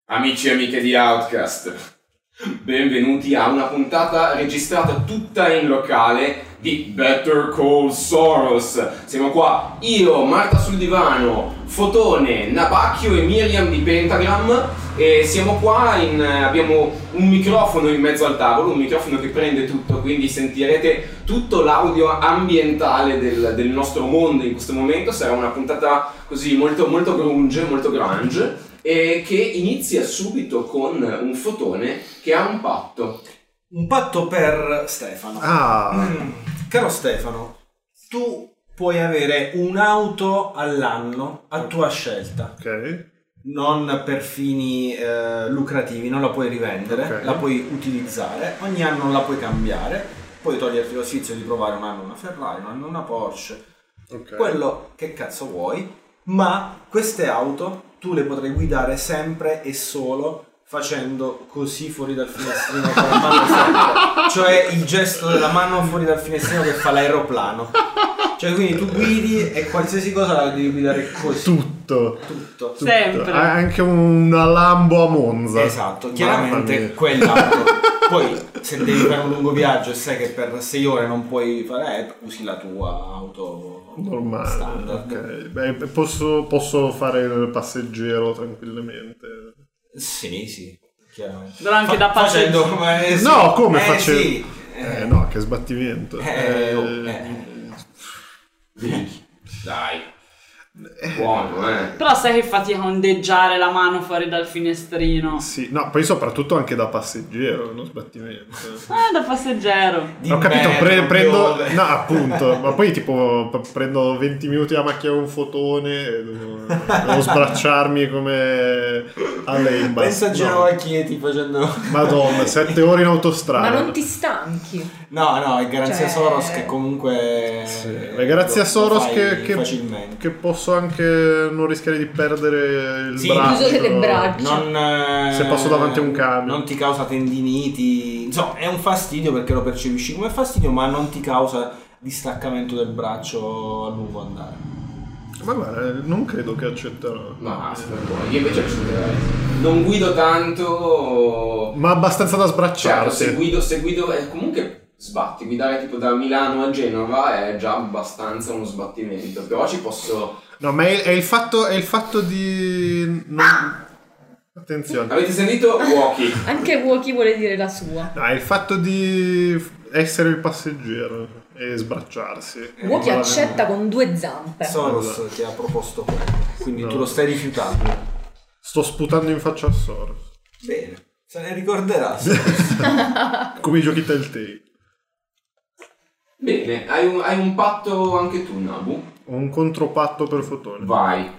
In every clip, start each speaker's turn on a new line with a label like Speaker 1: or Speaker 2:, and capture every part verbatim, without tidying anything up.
Speaker 1: Amici e amiche di Outcast, benvenuti a una puntata registrata tutta in locale di Better Call Soros. Siamo qua, io, Marta sul divano, Fotone, Nabacchio e Miriam di Pentagram, e siamo qua in, abbiamo un microfono in mezzo al tavolo, un microfono che prende tutto, quindi sentirete tutto l'audio ambientale del, del nostro mondo in questo momento. Sarà una puntata così molto, molto grunge, molto grunge, e che inizia subito con un Fotone che ha un patto.
Speaker 2: Un patto per Stefano.
Speaker 3: Ah.
Speaker 2: Mm. Caro Stefano, tu puoi avere un'auto all'anno a tua scelta.
Speaker 3: Ok.
Speaker 2: Non per fini eh, lucrativi, non la puoi rivendere,
Speaker 3: Okay.
Speaker 2: la puoi utilizzare, ogni anno la puoi cambiare, puoi toglierti lo sfizio di provare un anno una Ferrari, un anno una Porsche,
Speaker 3: Okay.
Speaker 2: quello che cazzo vuoi, ma queste auto tu le potrai guidare sempre e solo facendo così fuori dal finestrino con la mano sempre. Cioè il gesto della mano fuori dal finestrino che fa l'aeroplano. Cioè quindi tu guidi e qualsiasi cosa la devi guidare così.
Speaker 3: Tutto.
Speaker 2: Tutto.
Speaker 3: Tutto.
Speaker 4: Sempre.
Speaker 3: Anche una Lambo a Monza.
Speaker 2: Esatto,
Speaker 3: Mamma
Speaker 2: chiaramente
Speaker 3: mia.
Speaker 2: quell'auto. Poi se devi fare un lungo viaggio e sai che per sei ore non puoi fare, eh, usi la tua auto
Speaker 3: Normale.
Speaker 2: standard.
Speaker 3: Ok. Beh, posso, posso fare il passeggero tranquillamente.
Speaker 2: Sì, sì, chiaramente.
Speaker 4: Però anche da
Speaker 2: facendo
Speaker 4: passeggero.
Speaker 2: come eh, sì.
Speaker 3: No, come
Speaker 2: eh,
Speaker 3: faccio?
Speaker 2: Sì.
Speaker 3: Eh, no, che sbattimento.
Speaker 2: Eh, oh,
Speaker 3: Eh,
Speaker 2: eh.
Speaker 1: Dai, buono, eh.
Speaker 4: Però sai che fatica ondeggiare la mano fuori dal finestrino.
Speaker 3: Sì, no, poi soprattutto anche da passeggero, uno sbattimento.
Speaker 4: Ah, da passeggero.
Speaker 2: D'inverno,
Speaker 3: Ho capito, pre- prendo...
Speaker 2: piove.
Speaker 3: No, appunto, ma poi tipo p- prendo venti minuti a macchiare un Fotone e devo, devo sbracciarmi come a lei.
Speaker 2: Pensa a Genova Chieti facendo...
Speaker 3: Madonna, sette ore in autostrada.
Speaker 5: Ma non ti stanchi?
Speaker 2: No, no, è grazie a
Speaker 5: Cioè-
Speaker 2: Soros che comunque...
Speaker 3: Sì, è grazie a
Speaker 2: lo
Speaker 3: Soros
Speaker 2: fai
Speaker 3: che, che,
Speaker 2: facilmente.
Speaker 3: che posso anche non rischiare di perdere il
Speaker 2: Sì,
Speaker 3: braccio.
Speaker 5: l'uso delle braccia.
Speaker 2: Non, eh,
Speaker 3: Se passo davanti a un camion.
Speaker 2: non ti causa tendiniti, insomma è un fastidio perché lo percepisci come fastidio, ma non ti causa distaccamento del braccio a lungo andare.
Speaker 3: Ma guarda, non credo che accetterò.
Speaker 1: Ma aspetta, io invece accetterei. Non guido tanto.
Speaker 3: Ma abbastanza da
Speaker 1: Certo,
Speaker 3: sbracciarsi.
Speaker 1: se guido, se guido eh, comunque sbatti, guidare tipo da Milano a Genova è già abbastanza uno sbattimento, però ci posso...
Speaker 3: No, ma è, è il fatto, è il fatto di... Non... Attenzione.
Speaker 1: Avete sentito? Walkie.
Speaker 5: Anche Wookie vuole dire la sua.
Speaker 3: No, è il fatto di essere il passeggero e sbracciarsi.
Speaker 5: Wookie
Speaker 3: Ma-
Speaker 5: accetta con due zampe.
Speaker 2: Soros ti ha proposto quello, quindi
Speaker 3: No.
Speaker 2: tu lo stai rifiutando.
Speaker 3: Sto sputando in faccia a Soros.
Speaker 2: Bene, se ne ricorderà.
Speaker 3: Come i giochi Telltale.
Speaker 1: Bene, hai un, hai un patto anche tu, Nabu?
Speaker 3: Ho un contropatto per Fotone.
Speaker 1: Vai.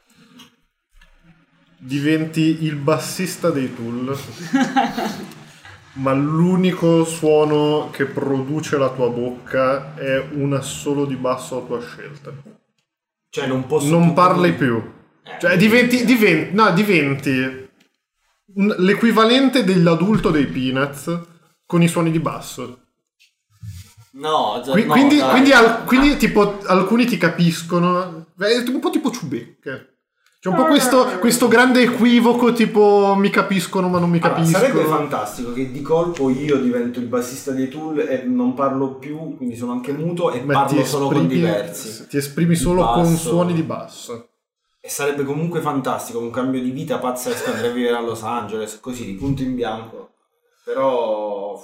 Speaker 3: Diventi il bassista dei Tool. Ma l'unico suono che produce la tua bocca è un assolo di basso a tua scelta.
Speaker 2: Cioè non posso
Speaker 3: Non
Speaker 2: più
Speaker 3: parli
Speaker 2: come-
Speaker 3: più. Cioè diventi, diventi, no, diventi un- l'equivalente dell'adulto dei Peanuts con i suoni di basso.
Speaker 2: No, già,
Speaker 3: Qui-
Speaker 2: no,
Speaker 3: quindi
Speaker 2: dai.
Speaker 3: quindi, al- quindi tipo alcuni ti capiscono. È un po' tipo Ciubecca. C'è un po' questo, questo grande equivoco tipo mi capiscono ma non mi
Speaker 2: Allora,
Speaker 3: capiscono.
Speaker 2: sarebbe fantastico che di colpo io divento il bassista dei Tool e non parlo più, quindi sono anche muto e
Speaker 3: Ma ti
Speaker 2: parlo solo con
Speaker 3: esprimi-
Speaker 2: diversi.
Speaker 3: Ti esprimi
Speaker 2: Di
Speaker 3: solo con
Speaker 2: basso.
Speaker 3: suoni di basso.
Speaker 2: E sarebbe comunque fantastico, un cambio di vita pazzesco, andrei a vivere a Los Angeles, così, di punto in bianco. Però...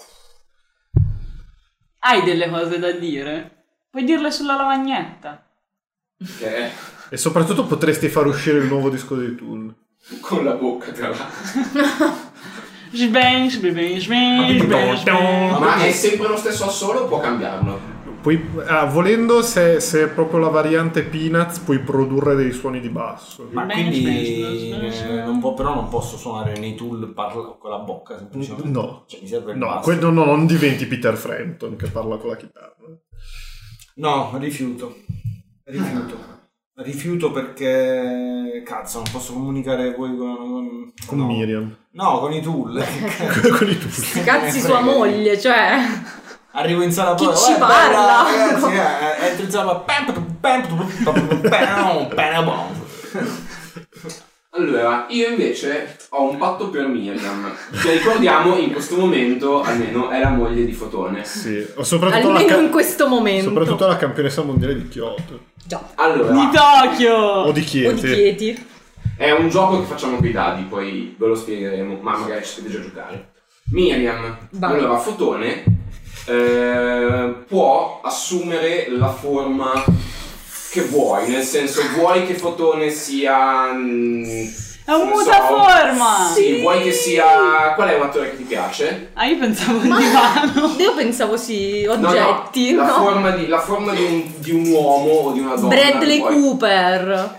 Speaker 4: Hai delle cose da dire? Puoi dirle sulla lavagnetta.
Speaker 1: Che
Speaker 3: E soprattutto potresti far uscire il nuovo disco dei Tool.
Speaker 1: con la bocca, tra l'altro.
Speaker 4: Sbang, sbang, sbang, sbang, sbang.
Speaker 1: Ma è sempre lo stesso assolo o può cambiarlo?
Speaker 3: Puoi, ah, volendo, se, se è proprio la variante Peanuts, puoi produrre dei suoni di basso.
Speaker 2: Ma
Speaker 4: Beh,
Speaker 2: quindi
Speaker 4: beh, beh,
Speaker 2: eh, non può, però non posso suonare nei Tool parla con la bocca semplicemente.
Speaker 3: No.
Speaker 2: Cioè mi serve il
Speaker 3: No,
Speaker 2: basso.
Speaker 3: quello no, non diventi Peter Frampton che parla con la chitarra.
Speaker 2: No, rifiuto. Rifiuto. Rifiuto perché cazzo, non posso comunicare poi con con,
Speaker 3: Con
Speaker 2: no.
Speaker 3: Miriam.
Speaker 2: No, con i Tool.
Speaker 3: Con i Tool.
Speaker 5: Cazzi sua moglie, cioè.
Speaker 2: Arrivo in sala
Speaker 5: Chi
Speaker 2: poi,
Speaker 5: ci
Speaker 2: "Eh,
Speaker 5: parla?"
Speaker 2: bella, ragazzi, eh, entro in sala pam, pam, pam, pam, pam, pam, pam, pam.
Speaker 1: Allora, io invece ho un patto per Miriam, che ricordiamo in questo momento almeno è la moglie di Fotone.
Speaker 3: Sì, o soprattutto
Speaker 5: Almeno
Speaker 3: la ca-
Speaker 5: in questo momento.
Speaker 3: soprattutto la campionessa mondiale di Kyoto.
Speaker 5: Già.
Speaker 1: Allora,
Speaker 4: Di Tokyo!
Speaker 3: O di
Speaker 5: O di
Speaker 3: Chieti.
Speaker 5: Chieti.
Speaker 1: è un gioco che facciamo con i dadi, poi ve lo spiegheremo, ma magari ci potete già giocare. Miriam,
Speaker 5: Vai.
Speaker 1: allora Fotone eh, può assumere la forma che vuoi, nel senso vuoi che Fotone sia... mm,
Speaker 4: È un
Speaker 1: non so,
Speaker 4: mutaforma!
Speaker 1: Sì, vuoi che sia... Qual è un attore che ti piace?
Speaker 4: Ah, io pensavo un divano.
Speaker 5: Io pensavo sì,
Speaker 1: No, no,
Speaker 5: oggetti,
Speaker 1: la
Speaker 5: no?
Speaker 1: forma, di, la forma di, un, di un uomo o di una donna.
Speaker 5: Bradley
Speaker 1: vuoi-
Speaker 5: Cooper.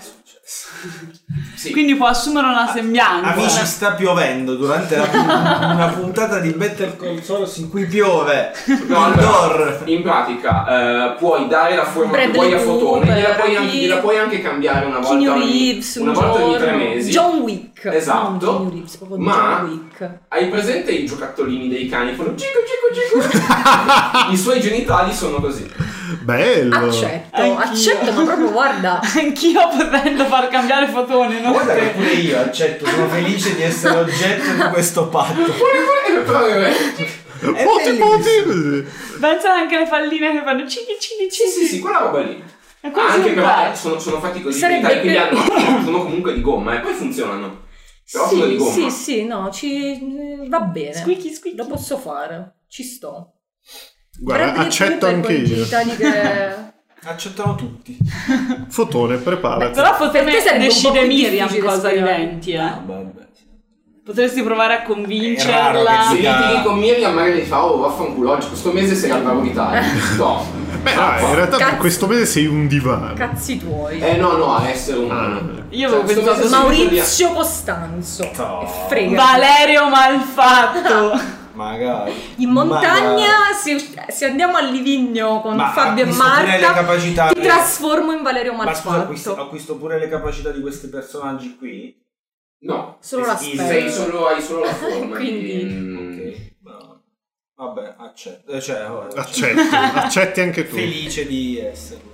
Speaker 1: Sì.
Speaker 4: Quindi può assumere una sembianza.
Speaker 2: Amici, sta piovendo durante la pun- una puntata di Better Call Saul in cui piove.
Speaker 1: No,
Speaker 2: Indoor.
Speaker 1: allora, in pratica eh, puoi dare la forma
Speaker 5: Bradley
Speaker 1: che vuoi a Fotone,
Speaker 5: Cooper,
Speaker 1: gliela puoi, anche,
Speaker 5: chi-
Speaker 1: gliela puoi anche cambiare una volta
Speaker 5: Keanu
Speaker 1: ogni,
Speaker 5: Reeves,
Speaker 1: una
Speaker 5: un
Speaker 1: volta ogni tre
Speaker 5: giorno.
Speaker 1: mesi.
Speaker 5: John Wick.
Speaker 1: Esatto.
Speaker 5: Non Keanu Reeves, proprio
Speaker 1: Ma-
Speaker 5: John Wick.
Speaker 1: Hai presente i giocattolini dei cani? Fanno cico cico cico. I suoi genitali sono così.
Speaker 3: Bello.
Speaker 5: Accetto,
Speaker 4: Anch'io.
Speaker 5: accetto, ma proprio guarda.
Speaker 4: Anch'io potendo far cambiare Fotone, no?
Speaker 2: Guarda che pure io accetto, sono felice di essere oggetto di questo patto.
Speaker 1: Però eh,
Speaker 2: È
Speaker 3: Poti
Speaker 2: bellissimo.
Speaker 3: poti così.
Speaker 4: Pensa anche alle palline che fanno cicchi cicchi
Speaker 1: sì,
Speaker 4: cicchi.
Speaker 1: sì, sì, quella roba lì.
Speaker 4: È quasi
Speaker 1: Anche
Speaker 4: un
Speaker 1: però
Speaker 4: pezzo.
Speaker 1: eh, sono, sono fatti così,
Speaker 5: Sarebbe
Speaker 1: quindi
Speaker 5: per-
Speaker 1: hanno- sono comunque di gomma e poi funzionano. Però sono di
Speaker 5: Sì,
Speaker 1: gomma.
Speaker 5: sì, sì, no, ci va bene.
Speaker 4: Squeaky squeaky.
Speaker 5: Lo posso fare, ci sto.
Speaker 3: Guarda,
Speaker 5: Bradley
Speaker 3: accetto
Speaker 5: Cooper
Speaker 3: anche
Speaker 5: con i
Speaker 3: io.
Speaker 5: genitali che...
Speaker 2: Accettano tutti.
Speaker 3: Fotone, preparati.
Speaker 4: Però
Speaker 5: Per te
Speaker 4: Fotone
Speaker 5: sarebbe un po'
Speaker 4: decide
Speaker 5: più
Speaker 4: Miriam
Speaker 5: difficile
Speaker 4: cosa
Speaker 5: spiegare.
Speaker 4: diventi, eh.
Speaker 2: vabbè.
Speaker 4: Potresti provare a
Speaker 2: È raro
Speaker 4: convincerla.
Speaker 2: che
Speaker 1: Se
Speaker 2: sia-
Speaker 1: litighi con Miriam magari ti fa oh vaffanculo oggi questo mese sei al Bar d'Italia. No.
Speaker 3: Beh, no, in realtà
Speaker 5: Cazzo.
Speaker 3: questo mese sei un divano.
Speaker 5: Cazzi tuoi.
Speaker 1: Eh no no, a essere umano.
Speaker 4: Io avevo
Speaker 1: questo
Speaker 4: pensato
Speaker 1: mese sei
Speaker 5: Maurizio Costanzo.
Speaker 2: No.
Speaker 5: E frega.
Speaker 4: Valerio Malfatto.
Speaker 2: Magari.
Speaker 5: In montagna, se, se andiamo a Livigno con
Speaker 2: Ma
Speaker 5: Fabio e
Speaker 2: acquisto pure le
Speaker 5: Marta,
Speaker 2: capacità
Speaker 5: ti
Speaker 2: di-
Speaker 5: trasformo in Valerio
Speaker 2: Ma scusa, acquisto,
Speaker 5: Malfatto.
Speaker 2: acquisto pure le capacità di questi personaggi qui?
Speaker 1: No,
Speaker 5: Solo
Speaker 1: Eh,
Speaker 5: l'aspetto.
Speaker 1: sei solo, hai solo la forma
Speaker 5: Quindi-
Speaker 1: di...
Speaker 2: Ok, bravo. Vabbè, accetto. Eh, Cioè, vabbè,
Speaker 3: Accetti, accetti anche tu.
Speaker 2: felice di esserlo.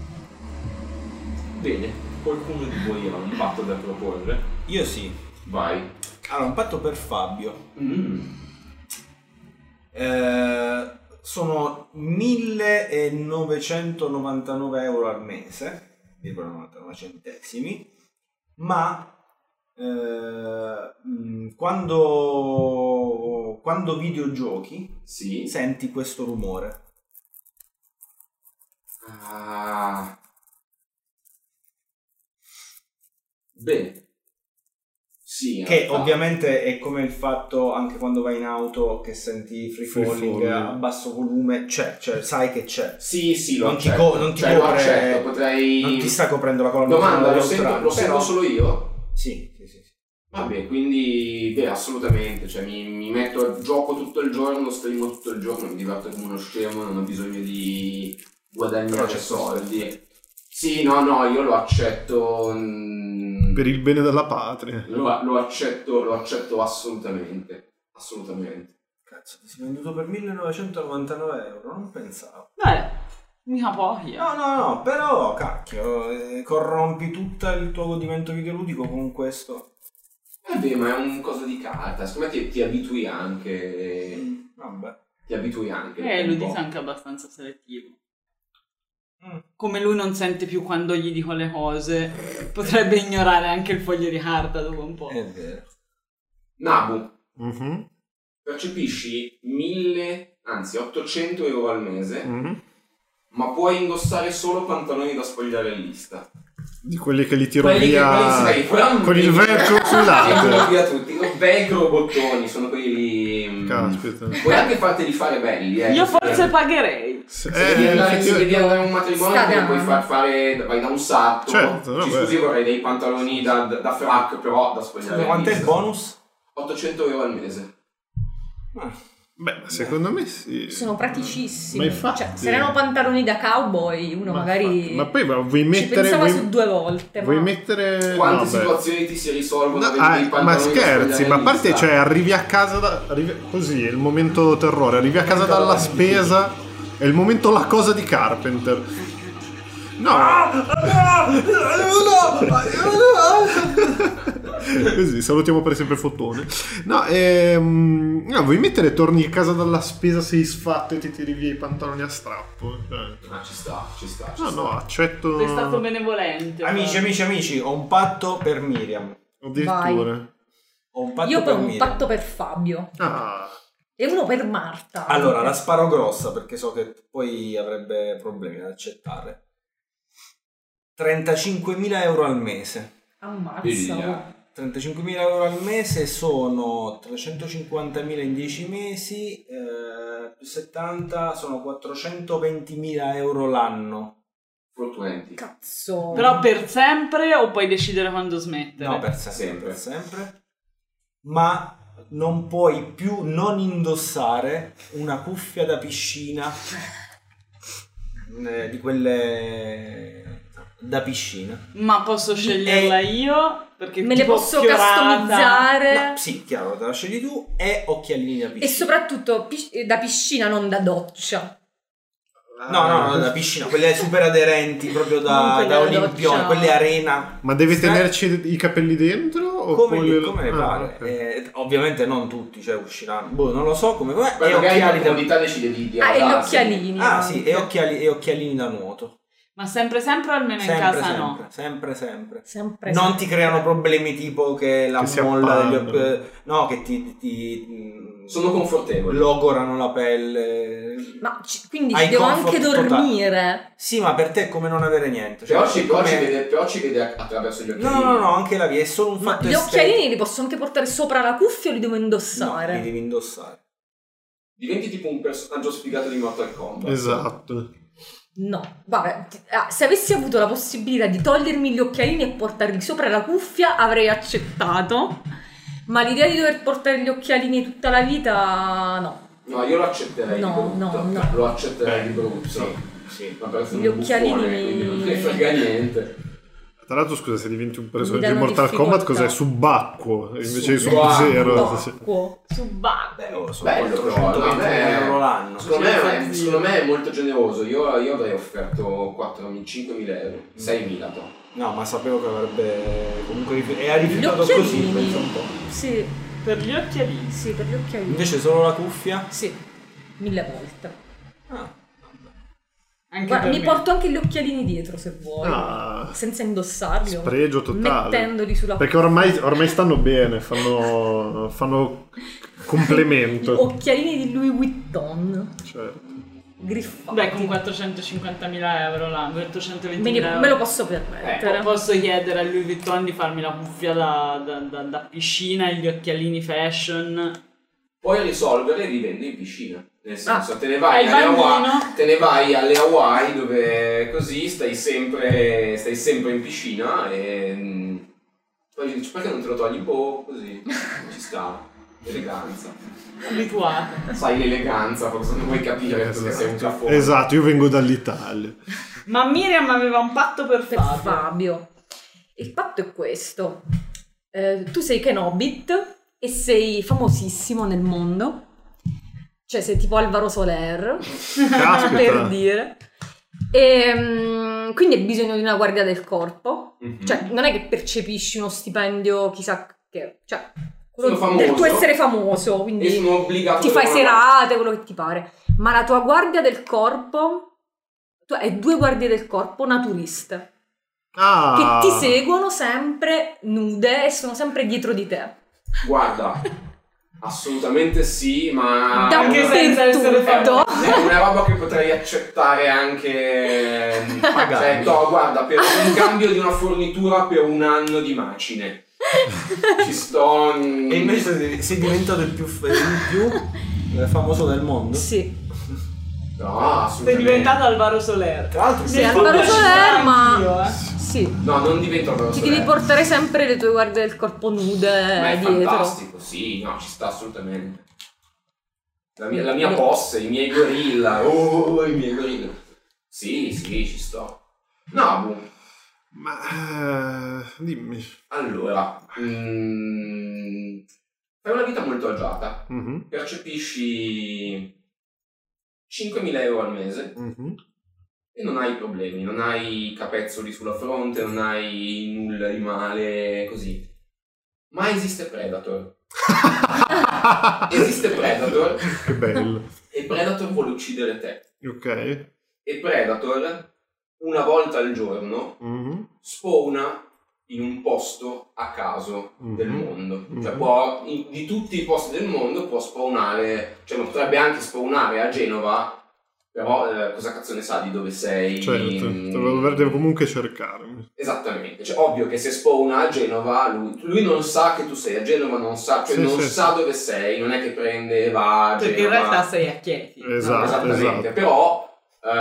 Speaker 1: Bene, qualcuno di voi ha un patto da proporre?
Speaker 2: Io sì.
Speaker 1: Vai.
Speaker 2: Allora, un patto per Fabio.
Speaker 1: Mm.
Speaker 2: Eh, sono millenovecentonovantanove euro al mese, virgola novantanove centesimi, ma eh, mh, quando, quando videogiochi
Speaker 1: Sì.
Speaker 2: senti questo rumore.
Speaker 1: Ah. Bene. Sì, in
Speaker 2: Che
Speaker 1: realtà-
Speaker 2: ovviamente è come il fatto anche quando vai in auto che senti free
Speaker 3: Free
Speaker 2: falling
Speaker 3: falling.
Speaker 2: a basso volume, c'è, cioè sai che c'è.
Speaker 1: Sì, sì, lo
Speaker 2: Non ti
Speaker 1: accetto.
Speaker 2: co- non ti
Speaker 1: Cioè, lo
Speaker 2: copre-
Speaker 1: accetto, potrei...
Speaker 2: Non ti sta coprendo la colonna
Speaker 1: Domanda,
Speaker 2: sonora
Speaker 1: lo
Speaker 2: di
Speaker 1: sento,
Speaker 2: Australia,
Speaker 1: lo sento
Speaker 2: però-
Speaker 1: solo io?
Speaker 2: Sì, sì, sì. sì.
Speaker 1: Vabbè, quindi, beh, assolutamente, cioè mi, mi metto a gioco tutto il giorno, streamo tutto il giorno, mi diverto come uno scemo, non ho bisogno di
Speaker 2: Però
Speaker 1: guadagnare
Speaker 2: c'è
Speaker 1: soldi. Sì, no, no, io lo accetto, mm,
Speaker 3: Per il bene della patria.
Speaker 1: lo, lo accetto, lo accetto assolutamente, assolutamente.
Speaker 2: Cazzo, ti sei venduto per millenovecentonovantanove euro, non pensavo.
Speaker 4: Beh, mica pochi. eh.
Speaker 2: No, no, no, però, cacchio, eh, corrompi tutto il tuo godimento videoludico con questo.
Speaker 1: Vabbè, ma è un coso di carta, secondo me ti, ti abitui anche,
Speaker 2: Mm, vabbè.
Speaker 1: ti abitui anche.
Speaker 4: Eh,
Speaker 1: un
Speaker 4: lui
Speaker 1: po'.
Speaker 4: dice anche abbastanza selettivo.
Speaker 2: Mm.
Speaker 4: Come lui non sente più quando gli dico le cose, potrebbe ignorare anche il foglio di carta dopo un po'.
Speaker 2: È vero.
Speaker 1: Nabu,
Speaker 3: Mhm,
Speaker 1: percepisci mille, anzi ottocento euro al mese,
Speaker 3: mhm.
Speaker 1: ma puoi indossare solo pantaloni da spogliare in lista.
Speaker 3: Di quelli che li tiro
Speaker 1: Quelli che
Speaker 3: via
Speaker 1: quelli sì, quelli-
Speaker 3: con il velcro sui
Speaker 1: Tirano
Speaker 3: lati.
Speaker 1: via tutti, con velcro o bottoni, sono quelli... mm,
Speaker 3: Caspita.
Speaker 1: Puoi anche farteli fare belli, eh.
Speaker 4: Io forse pagherei.
Speaker 3: Se-
Speaker 1: Se devi,
Speaker 3: eh,
Speaker 1: andare, se
Speaker 3: effettivamente-
Speaker 1: devi andare a un matrimonio
Speaker 5: Sta
Speaker 1: te lo puoi
Speaker 5: dando.
Speaker 1: far fare, vai da un sarto.
Speaker 3: Certo,
Speaker 1: Ci
Speaker 3: vabbè.
Speaker 1: scusi, vorrei dei pantaloni da, da, da frac, però da spogliare
Speaker 2: Scusa,
Speaker 1: in
Speaker 2: quant'è il
Speaker 1: lista.
Speaker 2: bonus?
Speaker 1: ottocento euro al mese.
Speaker 2: Ah,
Speaker 3: Beh, secondo me sì.
Speaker 5: Sono praticissimi.
Speaker 3: Ma infatti-
Speaker 5: Cioè, se erano pantaloni da cowboy, uno
Speaker 3: Ma
Speaker 5: magari
Speaker 3: infatti- Ma poi ma vuoi
Speaker 5: ci
Speaker 3: mettere...
Speaker 5: pensava
Speaker 3: Vuoi,
Speaker 5: su due volte.
Speaker 3: vuoi
Speaker 5: ma...
Speaker 3: mettere...
Speaker 1: Quante
Speaker 3: no, beh.
Speaker 1: situazioni ti si risolvono
Speaker 3: No,
Speaker 1: avendo
Speaker 3: ah,
Speaker 1: dei
Speaker 3: ma
Speaker 1: pantaloni da
Speaker 3: scherzi,
Speaker 1: spogliare
Speaker 3: ma a
Speaker 1: in
Speaker 3: parte,
Speaker 1: lista?
Speaker 3: cioè, arrivi a casa da, arrivi, così, è il momento terrore, arrivi a casa dalla spesa, è il momento la cosa di Carpenter. No! Così salutiamo per sempre Fottone. No, ehm, no, vuoi mettere torni a casa dalla spesa, sei sfatto e ti tiri via i pantaloni a strappo? Cioè,
Speaker 1: Ma ci sta, ci sta, ci
Speaker 3: no,
Speaker 1: sta.
Speaker 3: no, accetto.
Speaker 4: Sei stato benevolente.
Speaker 2: Amici,
Speaker 4: guarda.
Speaker 2: amici, amici, ho un patto per Miriam.
Speaker 3: Addirittura.
Speaker 2: Ho un patto
Speaker 5: Io
Speaker 2: per
Speaker 5: ho un
Speaker 2: Miriam.
Speaker 5: patto per Fabio
Speaker 3: Ah,
Speaker 5: e uno per Marta.
Speaker 2: Allora, la sparo grossa perché so che poi avrebbe problemi ad accettare. trentacinquemila euro al mese.
Speaker 5: Ammazza.
Speaker 1: Figlia.
Speaker 2: trentacinquemila euro al mese sono trecentocinquantamila in dieci mesi, eh, più settanta sono quattrocentoventimila euro l'anno.
Speaker 1: Fortunati.
Speaker 5: Cazzo.
Speaker 4: Però per sempre o puoi decidere quando smettere?
Speaker 2: No, per sempre,
Speaker 1: Sempre.
Speaker 2: per sempre. Ma non puoi più non indossare una cuffia da piscina eh, di quelle da piscina.
Speaker 4: Ma posso sceglierla
Speaker 2: E-
Speaker 4: io? Perché
Speaker 5: Me le
Speaker 4: tipo
Speaker 5: posso
Speaker 4: fiorata-
Speaker 5: customizzare.
Speaker 2: No, sì, chiaro, te la scegli tu e occhialini da piscina.
Speaker 5: E soprattutto pis- da piscina, non da doccia.
Speaker 2: No, no, no, da piscina, quelle super aderenti, proprio da,
Speaker 5: Non quelle
Speaker 2: da
Speaker 5: da
Speaker 2: olimpione,
Speaker 5: doccia.
Speaker 2: quelle arena.
Speaker 3: ma devi
Speaker 2: Eh,
Speaker 3: tenerci i capelli dentro?
Speaker 2: come,
Speaker 3: oppure-
Speaker 2: come ne
Speaker 3: Ah,
Speaker 2: pare.
Speaker 3: ok.
Speaker 2: Eh, ovviamente non tutti, cioè usciranno. Boh, non lo so come com'è.
Speaker 1: Poi
Speaker 2: E
Speaker 1: magari
Speaker 2: occhiali
Speaker 1: per
Speaker 2: da...
Speaker 1: comodità decide di, di
Speaker 5: Ah, e gli
Speaker 1: alzarsi.
Speaker 5: occhialini.
Speaker 2: Ah, sì,
Speaker 5: anche.
Speaker 2: e occhiali, e occhialini da nuoto.
Speaker 4: Ma sempre sempre o almeno
Speaker 2: Sempre,
Speaker 4: in casa
Speaker 2: sempre,
Speaker 4: no?
Speaker 2: sempre, sempre.
Speaker 5: Sempre,
Speaker 2: Non
Speaker 5: sempre.
Speaker 2: ti creano problemi tipo che la
Speaker 3: Che si
Speaker 2: molla degli
Speaker 3: appannano.
Speaker 2: occhi... No, che ti... ti mh,
Speaker 1: Sono confortevoli.
Speaker 2: logorano la pelle.
Speaker 5: Ma ci- quindi
Speaker 2: Hai
Speaker 5: ci devo
Speaker 2: comfort
Speaker 5: anche
Speaker 2: totale.
Speaker 5: dormire.
Speaker 2: Sì, ma per te è come non avere niente. Cioè,
Speaker 1: Però ci, però,
Speaker 2: come-
Speaker 1: ci vede, però ci vede attraverso gli
Speaker 2: No,
Speaker 1: occhialini.
Speaker 2: no, no, anche la via è solo un
Speaker 5: Ma
Speaker 2: fatto
Speaker 5: gli
Speaker 2: estetico.
Speaker 5: occhialini li posso anche portare sopra la cuffia o li devo
Speaker 2: No,
Speaker 5: indossare?
Speaker 2: li devi indossare.
Speaker 1: Diventi tipo un personaggio sfigato di Mortal Kombat.
Speaker 3: Esatto.
Speaker 5: No, vabbè, ti- ah, se avessi avuto la possibilità di togliermi gli occhialini e portarli sopra la cuffia avrei accettato, ma l'idea di dover portare gli occhialini tutta la vita no.
Speaker 1: No, io lo accetterei
Speaker 5: No,
Speaker 1: di brutto.
Speaker 5: no, no.
Speaker 1: Lo accetterei di brutto.
Speaker 2: Sì, sì.
Speaker 1: Ma per essere
Speaker 5: Gli
Speaker 1: un
Speaker 5: occhialini
Speaker 1: buffone,
Speaker 5: mi-
Speaker 1: quindi non ne frega niente.
Speaker 3: Tra l'altro, scusa, se diventi un
Speaker 5: Mi
Speaker 3: personaggio di
Speaker 5: danno
Speaker 3: Mortal
Speaker 5: difficoltà.
Speaker 3: Kombat, cos'è? Subacquo invece di
Speaker 1: Subacquo.
Speaker 3: Sub-Zero. Sì.
Speaker 5: Acquo.
Speaker 4: Subacqueo.
Speaker 2: Beh, oh, sono
Speaker 1: Bello però,
Speaker 2: quattrocentoventi
Speaker 1: no, beh,
Speaker 2: euro l'anno.
Speaker 1: Secondo me, è,
Speaker 4: Sì,
Speaker 1: secondo me è molto generoso. Io, io avrei offerto quattromila, cinquemila euro, seimila to.
Speaker 2: No, ma sapevo che avrebbe comunque rifi- e ha
Speaker 5: Gli
Speaker 2: rifiutato così,
Speaker 5: occhialini.
Speaker 2: penso un po'.
Speaker 5: Sì,
Speaker 4: Per gli occhialini.
Speaker 5: sì, per gli occhialini.
Speaker 2: Invece solo la cuffia?
Speaker 5: Sì, mille volte.
Speaker 2: Ah.
Speaker 4: Anche
Speaker 5: Guarda,
Speaker 4: per
Speaker 5: mi
Speaker 4: me.
Speaker 5: porto anche gli occhialini dietro se vuoi.
Speaker 3: Ah,
Speaker 5: Senza indossarli. o
Speaker 3: spregio totale.
Speaker 5: Mettendoli sulla
Speaker 3: Perché ormai, ormai stanno bene, fanno, fanno complemento.
Speaker 5: occhialini di Louis Vuitton.
Speaker 3: Certo.
Speaker 5: Griffati.
Speaker 4: Beh, con quattrocentocinquantamila euro l'anno,
Speaker 5: me,
Speaker 4: quattrocentoventimila
Speaker 5: ne-
Speaker 4: euro.
Speaker 5: me lo posso permettere.
Speaker 4: Ecco, posso chiedere a Louis Vuitton di farmi la cuffia da, da, da, da piscina e gli occhialini fashion.
Speaker 1: Puoi risolvere vivendo in piscina. Nel senso,
Speaker 5: Ah.
Speaker 1: te ne vai
Speaker 4: Hai il
Speaker 1: alle
Speaker 4: bambino?
Speaker 1: Hawaii, te ne vai alle Hawaii dove così stai sempre, stai sempre in piscina e mm, poi dici perché non te lo togli? Boh, così ci sta. Eleganza.
Speaker 4: Abituata.
Speaker 1: Sai l'eleganza, forse non vuoi capire perché sei un caffone.
Speaker 3: Esatto, io vengo dall'Italia.
Speaker 4: Ma Miriam aveva un patto per
Speaker 5: Per
Speaker 4: Fabio.
Speaker 5: Fabio. Il fatto è questo. Eh, tu sei Ken Hobbit e sei famosissimo nel mondo. Cioè sei tipo Alvaro Soler,
Speaker 3: Caspita.
Speaker 5: per dire. E, mm, quindi hai bisogno di una guardia del corpo.
Speaker 1: Mhm.
Speaker 5: Cioè non è che percepisci uno stipendio chissà che... Cioè, quello
Speaker 1: Sono
Speaker 5: del
Speaker 1: famoso.
Speaker 5: tuo essere famoso, quindi
Speaker 1: E sono obbligato
Speaker 5: ti
Speaker 1: ad
Speaker 5: fai
Speaker 1: avere una-
Speaker 5: serate, quello che ti pare. Ma la tua guardia del corpo... Tu hai due guardie del corpo naturiste.
Speaker 3: Ah,
Speaker 5: Che ti seguono sempre nude e sono sempre dietro di te.
Speaker 1: Guarda, assolutamente sì, ma
Speaker 5: Da
Speaker 1: è
Speaker 4: Anche
Speaker 1: una-
Speaker 4: senza essere
Speaker 5: dappertutto.
Speaker 4: famoso.
Speaker 1: è una roba che potrei accettare anche cioè, no, guarda, per un cambio di una fornitura per un anno di macine. Ci sto.
Speaker 2: E invece sei diventato il più, il più eh, famoso del mondo.
Speaker 5: Sì.
Speaker 1: No,
Speaker 4: Sei
Speaker 1: assolutamente.
Speaker 4: diventato Alvaro Soler.
Speaker 2: Tra l'altro
Speaker 5: Sì,
Speaker 2: sì,
Speaker 5: Alvaro
Speaker 4: Ci
Speaker 5: Soler,
Speaker 4: sto
Speaker 5: ma...
Speaker 4: anch'io, eh.
Speaker 5: Sì.
Speaker 1: No, non divento Alvaro
Speaker 5: Ti
Speaker 1: Soler.
Speaker 5: devi portare sempre le tue guardie del corpo nude
Speaker 1: Ma è
Speaker 5: dietro.
Speaker 1: fantastico, sì, no, ci sta assolutamente. La mia, la mia posse, i miei gorilla, oh, i miei gorilla. Sì, sì, ci sto. No, boh.
Speaker 3: Ma eh, dimmi.
Speaker 1: Allora, mm, fai una vita molto agiata,
Speaker 3: Mhm,
Speaker 1: percepisci cinquemila euro al mese
Speaker 3: mhm.
Speaker 1: e non hai problemi, non hai capezzoli sulla fronte, non hai nulla di male, così. ma esiste Predator. Esiste Predator.
Speaker 3: Che bello.
Speaker 1: E Predator vuole uccidere te.
Speaker 3: Ok.
Speaker 1: E Predator, una volta al giorno,
Speaker 3: Mm-hmm.
Speaker 1: spawna in un posto a caso
Speaker 3: Mm-hmm.
Speaker 1: del mondo.
Speaker 3: Mm-hmm.
Speaker 1: Cioè può, in- di tutti i posti del mondo può spawnare, cioè potrebbe anche spawnare a Genova, però eh, cosa cazzo ne sa di dove sei?
Speaker 3: Certo,
Speaker 1: Mm,
Speaker 3: te lo deve comunque cercare.
Speaker 1: Esattamente, cioè ovvio che se spawna a Genova, lui, lui non sa che tu sei a Genova, non sa, cioè
Speaker 3: Sì,
Speaker 1: non
Speaker 3: sì.
Speaker 1: sa dove sei, non è che prende e va a Genova.
Speaker 4: Perché in realtà sei a Chieti.
Speaker 3: Esatto,
Speaker 1: No, esattamente,
Speaker 3: esatto.
Speaker 1: però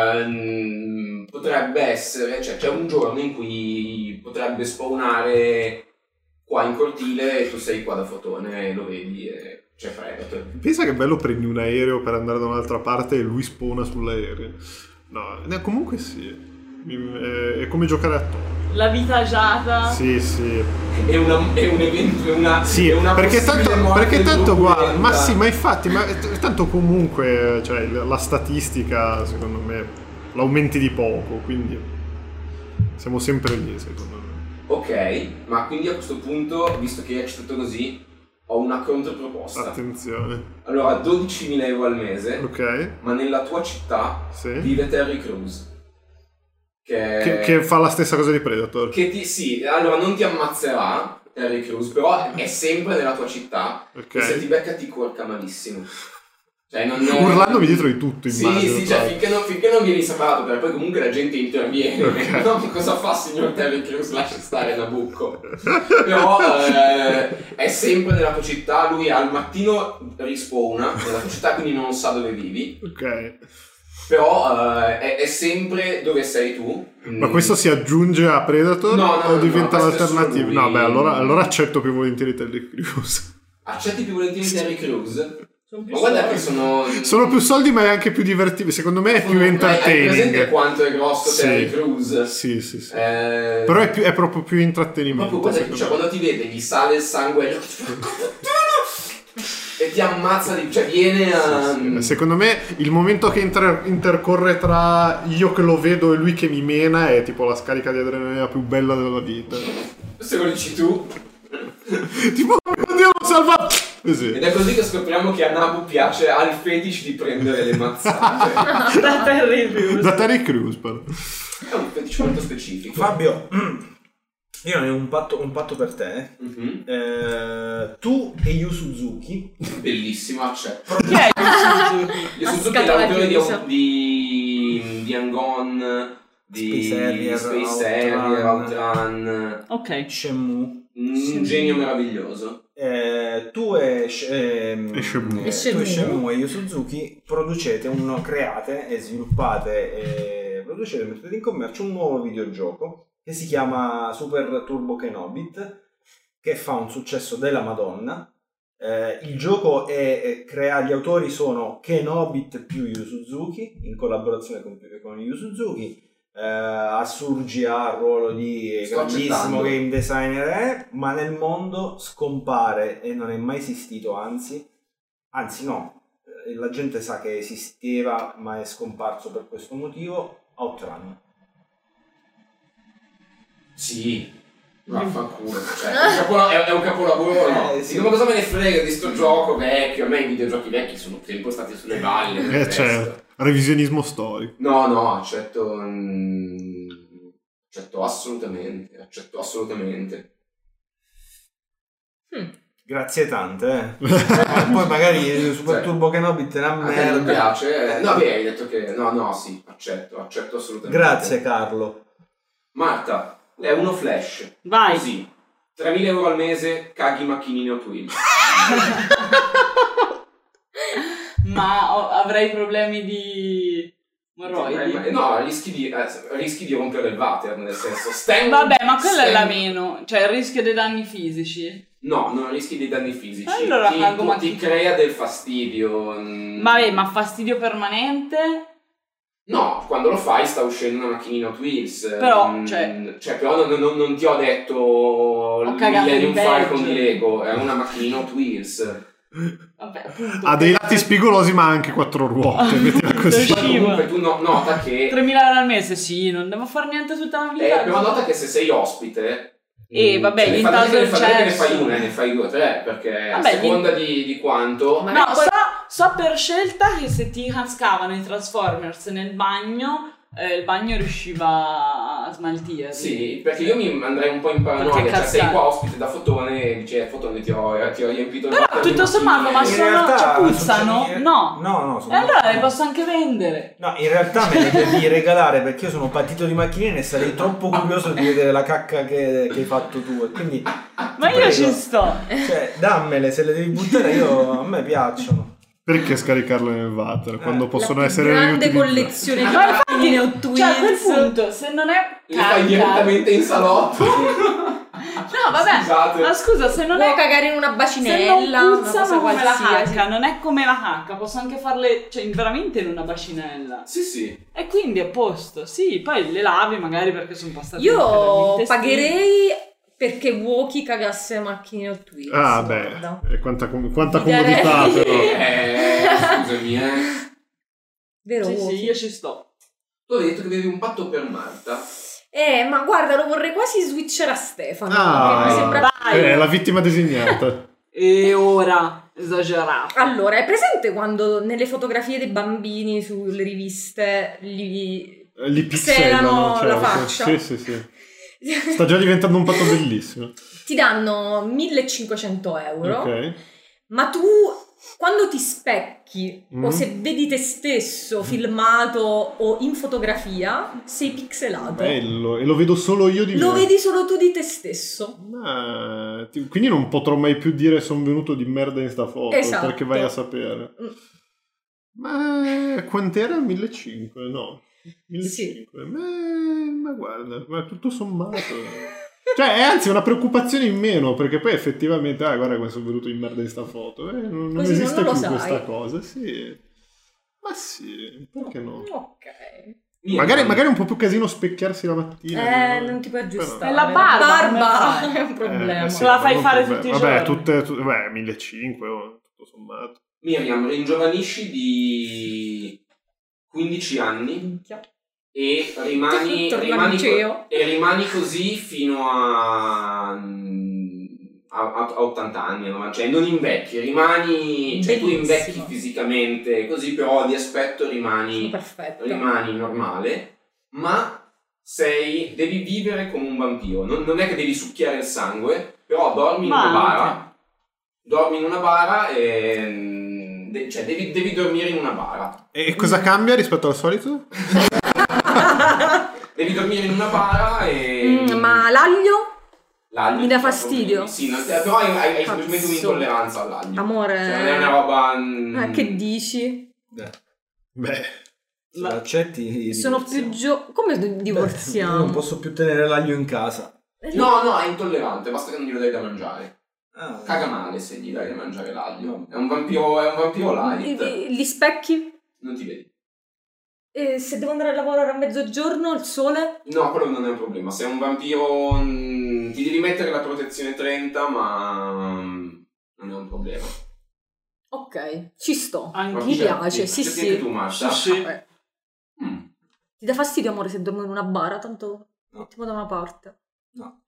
Speaker 1: ehm, potrebbe essere, cioè c'è un giorno in cui potrebbe spawnare qua in cortile e tu sei qua da Fotone e lo vedi e c'è Predator.
Speaker 3: Pensa che bello, prendi un aereo per andare da un'altra parte e lui spawna sull'aereo. No, eh, comunque sì. Mi- È, è come giocare a Tony.
Speaker 4: La vita agiata.
Speaker 3: Sì, sì.
Speaker 1: È, una, è un evento, è una,
Speaker 3: Sì,
Speaker 1: è una
Speaker 3: perché
Speaker 1: possibile
Speaker 3: tanto,
Speaker 1: morte
Speaker 3: perché tanto guarda,
Speaker 1: truculenta.
Speaker 3: ma sì, ma infatti, ma t- tanto comunque, cioè, la la statistica, secondo me, l'aumenti di poco, quindi siamo sempre lì, secondo me.
Speaker 1: Ok, ma quindi a questo punto, visto che è citato così, ho una controproposta.
Speaker 3: Attenzione.
Speaker 1: Allora, dodicimila euro al mese,
Speaker 3: Ok,
Speaker 1: ma nella tua città
Speaker 3: sì.
Speaker 1: vive Terry Crews. Che,
Speaker 3: Che, che fa la stessa cosa di Predator.
Speaker 1: che ti, sì, allora non ti ammazzerà Terry Crews, però è sempre nella tua città.
Speaker 3: Ok.
Speaker 1: E se ti becca ti corca malissimo. Cioè non è...
Speaker 3: Urlandomi dietro di tutto,
Speaker 1: Sì,
Speaker 3: immagino.
Speaker 1: sì, cioè
Speaker 3: tra-
Speaker 1: finché non, finché non vieni separato, perché poi comunque la gente interviene.
Speaker 3: Ok.
Speaker 1: No, cosa fa signor Terry Crews? Lascia stare Nabucco. Però eh, è sempre nella tua città, lui al mattino rispawna nella tua città, quindi non sa dove vivi.
Speaker 3: Ok.
Speaker 1: Però eh, è, è sempre dove sei tu.
Speaker 3: Ma questo si aggiunge a Predator
Speaker 1: No, no,
Speaker 3: o
Speaker 1: no,
Speaker 3: diventa
Speaker 1: no, questo è
Speaker 3: un'alternativa?
Speaker 1: solo lui.
Speaker 3: No, beh, allora, allora accetto più volentieri Terry Crews.
Speaker 1: Accetti più volentieri Terry Crews?
Speaker 5: Sono più
Speaker 1: Ma guarda
Speaker 5: soldi.
Speaker 1: che sono...
Speaker 3: Sono più soldi, ma è anche più divertito. Secondo me è più
Speaker 1: Hai presente
Speaker 3: entertaining.
Speaker 1: quanto è grosso
Speaker 3: Sì.
Speaker 1: Terry Crews?
Speaker 3: Sì, sì, sì.
Speaker 1: Eh,
Speaker 3: Però è, più- è proprio più intrattenimento.
Speaker 1: proprio guarda,
Speaker 3: secondo
Speaker 1: cioè,
Speaker 3: me.
Speaker 1: quando ti vede gli sale il sangue e ti ammazza di... cioè viene a...
Speaker 3: Sì, secondo me il momento che inter- intercorre tra io che lo vedo e lui che mi mena è tipo la scarica di adrenalina più bella della vita.
Speaker 1: Se lo dici tu.
Speaker 3: Tipo, oddio, l'ho salvato! Così.
Speaker 1: Ed è così che scopriamo che a Nabu piace, ha il fetish di prendere le mazzate.
Speaker 4: Da Terry Crews.
Speaker 3: Da Terry Crews, però.
Speaker 1: È un fetish molto specifico.
Speaker 2: Fabio, io ne ho un patto, un patto per te.
Speaker 1: Mhm.
Speaker 2: Eh, tu e Yu Suzuki
Speaker 1: Bellissimo, accetto.
Speaker 4: Chi è Yu Suzuki?
Speaker 1: Io
Speaker 5: A
Speaker 1: sono tutti
Speaker 5: scatola
Speaker 1: l'autore di,
Speaker 5: chiusa.
Speaker 1: di, di Angon, di
Speaker 2: Space Harrier,
Speaker 1: Space Harrier,
Speaker 2: Outrun.
Speaker 1: Outrun.
Speaker 4: Ok.
Speaker 2: Shenmue.
Speaker 1: Un genio meraviglioso.
Speaker 2: Eh, tu e, Sh- ehm,
Speaker 3: E Shenmue.
Speaker 2: eh,
Speaker 5: E Shenmue.
Speaker 2: tu e Shenmue e Yu Suzuki producete un, create e sviluppate e producete e mettete in commercio un nuovo videogioco che si chiama Super Turbo Kenobit, che fa un successo della Madonna. Eh, il gioco è, è crea, gli autori sono Kenobit più Yu Suzuki in collaborazione con, con Yu Suzuki. Eh, assurgi al ruolo di
Speaker 1: Sto
Speaker 2: grandissimo
Speaker 1: accettando.
Speaker 2: game designer è, ma nel mondo scompare e non è mai esistito, anzi anzi no, eh, la gente sa che esisteva ma è scomparso per questo motivo. Outrun.
Speaker 1: Sì, vaffanculo. Cioè, è, un capola- è- è un capolavoro, no?
Speaker 2: Eh, sì.
Speaker 1: Sì, ma cosa me ne frega di sto gioco vecchio? A me i videogiochi vecchi sono sempre stati sulle balle. del
Speaker 3: Eh,
Speaker 1: resto.
Speaker 3: certo. Revisionismo storico.
Speaker 1: No, no, accetto. mm, accetto assolutamente. Accetto assolutamente.
Speaker 2: Grazie tante, eh. Poi magari Super
Speaker 1: Cioè,
Speaker 2: Turbo Kenobit è una
Speaker 1: A te non
Speaker 2: merda.
Speaker 1: piace? Eh, No, beh, hai detto che. No, no, sì, accetto, accetto assolutamente.
Speaker 2: Grazie Carlo.
Speaker 1: Marta, è uno flash.
Speaker 4: Vai.
Speaker 1: Così. tremila euro al mese, caghi macchinine Hot Wheels.
Speaker 4: Ma ho- avrei problemi di morroidi.
Speaker 1: No, rischi di, eh, rischi di rompere il water, nel senso. Stand,
Speaker 4: Vabbè, ma quella è la
Speaker 1: stand-
Speaker 4: meno. Cioè il rischio dei danni fisici.
Speaker 1: No, non rischi dei danni fisici.
Speaker 4: Allora
Speaker 1: ti,
Speaker 4: cago
Speaker 1: ti
Speaker 4: macchinine.
Speaker 1: crea del fastidio. mm.
Speaker 4: Vabbè, ma fastidio permanente?
Speaker 1: No, quando lo fai sta uscendo una macchinina Hot Wheels.
Speaker 4: Però,
Speaker 1: mm,
Speaker 4: cioè-
Speaker 1: cioè, però non, non- non ti ho detto il
Speaker 4: cagato
Speaker 1: Millennium
Speaker 4: di
Speaker 1: Falcon
Speaker 4: peggio.
Speaker 1: di Lego, è una macchinina Hot Wheels.
Speaker 4: Vabbè, appunto.
Speaker 3: Ha dei lati spigolosi, ma anche quattro ruote. mettila così.
Speaker 1: Ma comunque tu no- nota che...
Speaker 4: tremila euro al mese, sì, non devo fare niente tutta la
Speaker 1: Eh,
Speaker 4: vita.
Speaker 1: però nota che se sei ospite,
Speaker 4: E vabbè,
Speaker 1: cioè,
Speaker 4: gli
Speaker 1: ne fa-
Speaker 4: intaso
Speaker 1: ne
Speaker 4: il
Speaker 1: fai- ne
Speaker 4: cesso.
Speaker 1: fai una, ne fai due o tre, perché
Speaker 4: Vabbè,
Speaker 1: a seconda
Speaker 4: gli-
Speaker 1: di, di quanto...
Speaker 5: Ma-
Speaker 4: No,
Speaker 5: poi-
Speaker 4: so, so per scelta che se ti cascavano i Transformers nel bagno, eh, il bagno riusciva a smaltirli.
Speaker 1: Sì, perché io mi andrei un po' in paranoia,
Speaker 4: Perché
Speaker 1: cioè sei
Speaker 4: cazzate.
Speaker 1: qua ospite da Fotone e dice Fotone ti ho, ti ho riempito il
Speaker 4: Però
Speaker 1: water di
Speaker 4: tutto sommato, ma
Speaker 1: macchine.
Speaker 2: In
Speaker 4: sono,
Speaker 2: realtà,
Speaker 4: cioè, puzzano?
Speaker 2: succede-
Speaker 4: No.
Speaker 2: No, no,
Speaker 4: E
Speaker 2: sono
Speaker 4: allora le posso anche vendere.
Speaker 2: No, in realtà me le devi regalare perché io sono partito di macchinine e sarei troppo curioso di vedere la cacca che, che hai fatto tu. E quindi,
Speaker 4: Ma
Speaker 2: ti
Speaker 4: io
Speaker 2: prego,
Speaker 4: ci sto.
Speaker 2: Cioè, dammele, se le devi buttare io, a me piacciono.
Speaker 3: Perché scaricarle nel water quando possono
Speaker 5: La più
Speaker 3: essere
Speaker 5: grande
Speaker 3: riutilizzate?
Speaker 5: collezione di
Speaker 4: Ma infatti,
Speaker 5: macchinine Hot Wheels.
Speaker 4: cioè a quel punto, se non è
Speaker 1: Le fai
Speaker 4: carica...
Speaker 1: direttamente in salotto.
Speaker 4: No, vabbè,
Speaker 1: Scusate.
Speaker 4: ma scusa, se non
Speaker 5: Può
Speaker 4: è...
Speaker 5: cagare in una
Speaker 4: Se
Speaker 5: bacinella,
Speaker 4: non
Speaker 5: una cosa
Speaker 4: puzzano come la
Speaker 5: qualsiasi.
Speaker 4: cacca, non è come la cacca, posso anche farle, cioè, veramente in una bacinella.
Speaker 1: Sì, sì.
Speaker 4: E quindi è a posto, sì, poi le lavi magari perché sono passate
Speaker 5: Io
Speaker 4: letteralmente
Speaker 5: pagherei perché Wookie cagasse le macchine Hot Wheels.
Speaker 3: Ah,
Speaker 5: guarda.
Speaker 3: beh, e quanta, com- quanta
Speaker 5: Ti darei-
Speaker 3: comodità però.
Speaker 1: Eh, scusami, eh.
Speaker 5: Vero
Speaker 4: Sì,
Speaker 5: Wookie?
Speaker 4: sì, io ci sto.
Speaker 1: Tu hai detto che avevi un patto per Marta.
Speaker 5: Eh, ma guarda, lo vorrei quasi switchare a Stefano.
Speaker 3: Ah.
Speaker 5: che mi sembra...
Speaker 4: Vai.
Speaker 3: Eh, È la vittima designata.
Speaker 4: E ora, esagerato.
Speaker 5: Allora, è presente quando nelle fotografie dei bambini sulle riviste gli
Speaker 3: Li
Speaker 5: pixelano
Speaker 3: pixelano,
Speaker 5: la
Speaker 3: certo.
Speaker 5: faccia?
Speaker 3: Sì, sì, sì. Sta già diventando un patto bellissimo.
Speaker 5: ti danno millecinquecento euro,
Speaker 3: Ok.
Speaker 5: ma tu quando ti specchi
Speaker 3: Mm.
Speaker 5: o se vedi te stesso filmato o in fotografia sei pixelato.
Speaker 3: Bello. E lo vedo solo io di
Speaker 5: Lo
Speaker 3: me.
Speaker 5: vedi solo tu di te stesso.
Speaker 3: Ma- ti- Quindi non potrò mai più dire sono venuto di merda in sta foto.
Speaker 5: Esatto.
Speaker 3: Perché vai a sapere.
Speaker 5: Mm.
Speaker 3: Ma quant'era? millecinquecento? No. millecinquecento. Ma, ma guarda, ma tutto sommato. Cioè, è anzi una preoccupazione in meno, perché poi effettivamente, ah, guarda come sono venuto in merda in sta foto. Eh, non, non
Speaker 5: Così
Speaker 3: esiste
Speaker 5: non lo
Speaker 3: più
Speaker 5: sai.
Speaker 3: questa cosa, sì. Ma sì, perché no?
Speaker 5: Ok.
Speaker 1: Mia
Speaker 3: Magari,
Speaker 1: mamma-
Speaker 3: magari un po' più casino specchiarsi la mattina.
Speaker 5: Eh,
Speaker 3: no?
Speaker 5: non ti puoi aggiustare.
Speaker 4: È la barba,
Speaker 5: barba
Speaker 4: come fai?
Speaker 5: è un problema.
Speaker 3: Eh,
Speaker 4: Se la fai
Speaker 3: non
Speaker 4: fare
Speaker 3: problema.
Speaker 4: tutti i
Speaker 3: Vabbè,
Speaker 4: giorni.
Speaker 3: tutte, tu- beh, millecinquecento, oh, tutto sommato.
Speaker 1: Miriam, ringiovanisci di quindici anni
Speaker 5: Minchia.
Speaker 1: e rimani,
Speaker 5: Torna
Speaker 1: rimani,
Speaker 5: al liceo.
Speaker 1: e rimani così fino a, a, a ottanta anni, no? Cioè non invecchi, rimani, cioè tu
Speaker 5: Bellissimo.
Speaker 1: invecchi fisicamente così, però di aspetto rimani,
Speaker 5: Perfetto.
Speaker 1: rimani normale, ma sei, devi vivere come un vampiro, non, non è che devi succhiare il sangue, però dormi in
Speaker 4: Ma
Speaker 1: una bara,
Speaker 4: anche.
Speaker 1: dormi in una bara e de- cioè devi, devi dormire in una bara.
Speaker 3: E cosa cambia rispetto al solito?
Speaker 1: Devi dormire in una bara e...
Speaker 5: Mm, ma l'aglio?
Speaker 1: L'aglio
Speaker 5: mi dà
Speaker 1: ti fa
Speaker 5: fastidio?
Speaker 1: problemi. Sì, non- eh, però hai, hai, hai semplicemente
Speaker 5: Cazzo.
Speaker 1: un'intolleranza all'aglio.
Speaker 5: Amore.
Speaker 1: Cioè, non è una roba... mm,
Speaker 5: Ah, che dici?
Speaker 2: Beh,
Speaker 3: Beh,
Speaker 2: se lo accetti
Speaker 5: Sono
Speaker 2: divorziamo.
Speaker 5: più gio... Come
Speaker 2: Beh,
Speaker 5: divorziamo?
Speaker 2: io non posso più tenere l'aglio in casa.
Speaker 1: No, no, è intollerante, basta che non glielo dai da mangiare.
Speaker 2: Ah,
Speaker 1: Caga male se gli dai da mangiare l'aglio. È un vampiro, è un vampiro light.
Speaker 5: Gli, gli specchi?
Speaker 1: Non ti vedi.
Speaker 5: E se devo andare a lavorare a mezzogiorno, il sole?
Speaker 1: No, quello non è un problema. Sei un vampiro... mm, ti devi mettere la protezione trenta, ma... mm, non è un problema.
Speaker 5: Ok, ci sto.
Speaker 4: Anche
Speaker 5: Mi
Speaker 1: Cioè,
Speaker 5: piace,
Speaker 1: ti-
Speaker 5: sì,
Speaker 1: accetti
Speaker 5: sì.
Speaker 1: anche tu, Marta?
Speaker 4: Sì, sì.
Speaker 5: Vabbè.
Speaker 1: Mm.
Speaker 5: Ti dà fastidio, amore, se dormo in una bara? Tanto
Speaker 2: No.
Speaker 5: mettiamo da una parte.
Speaker 2: no.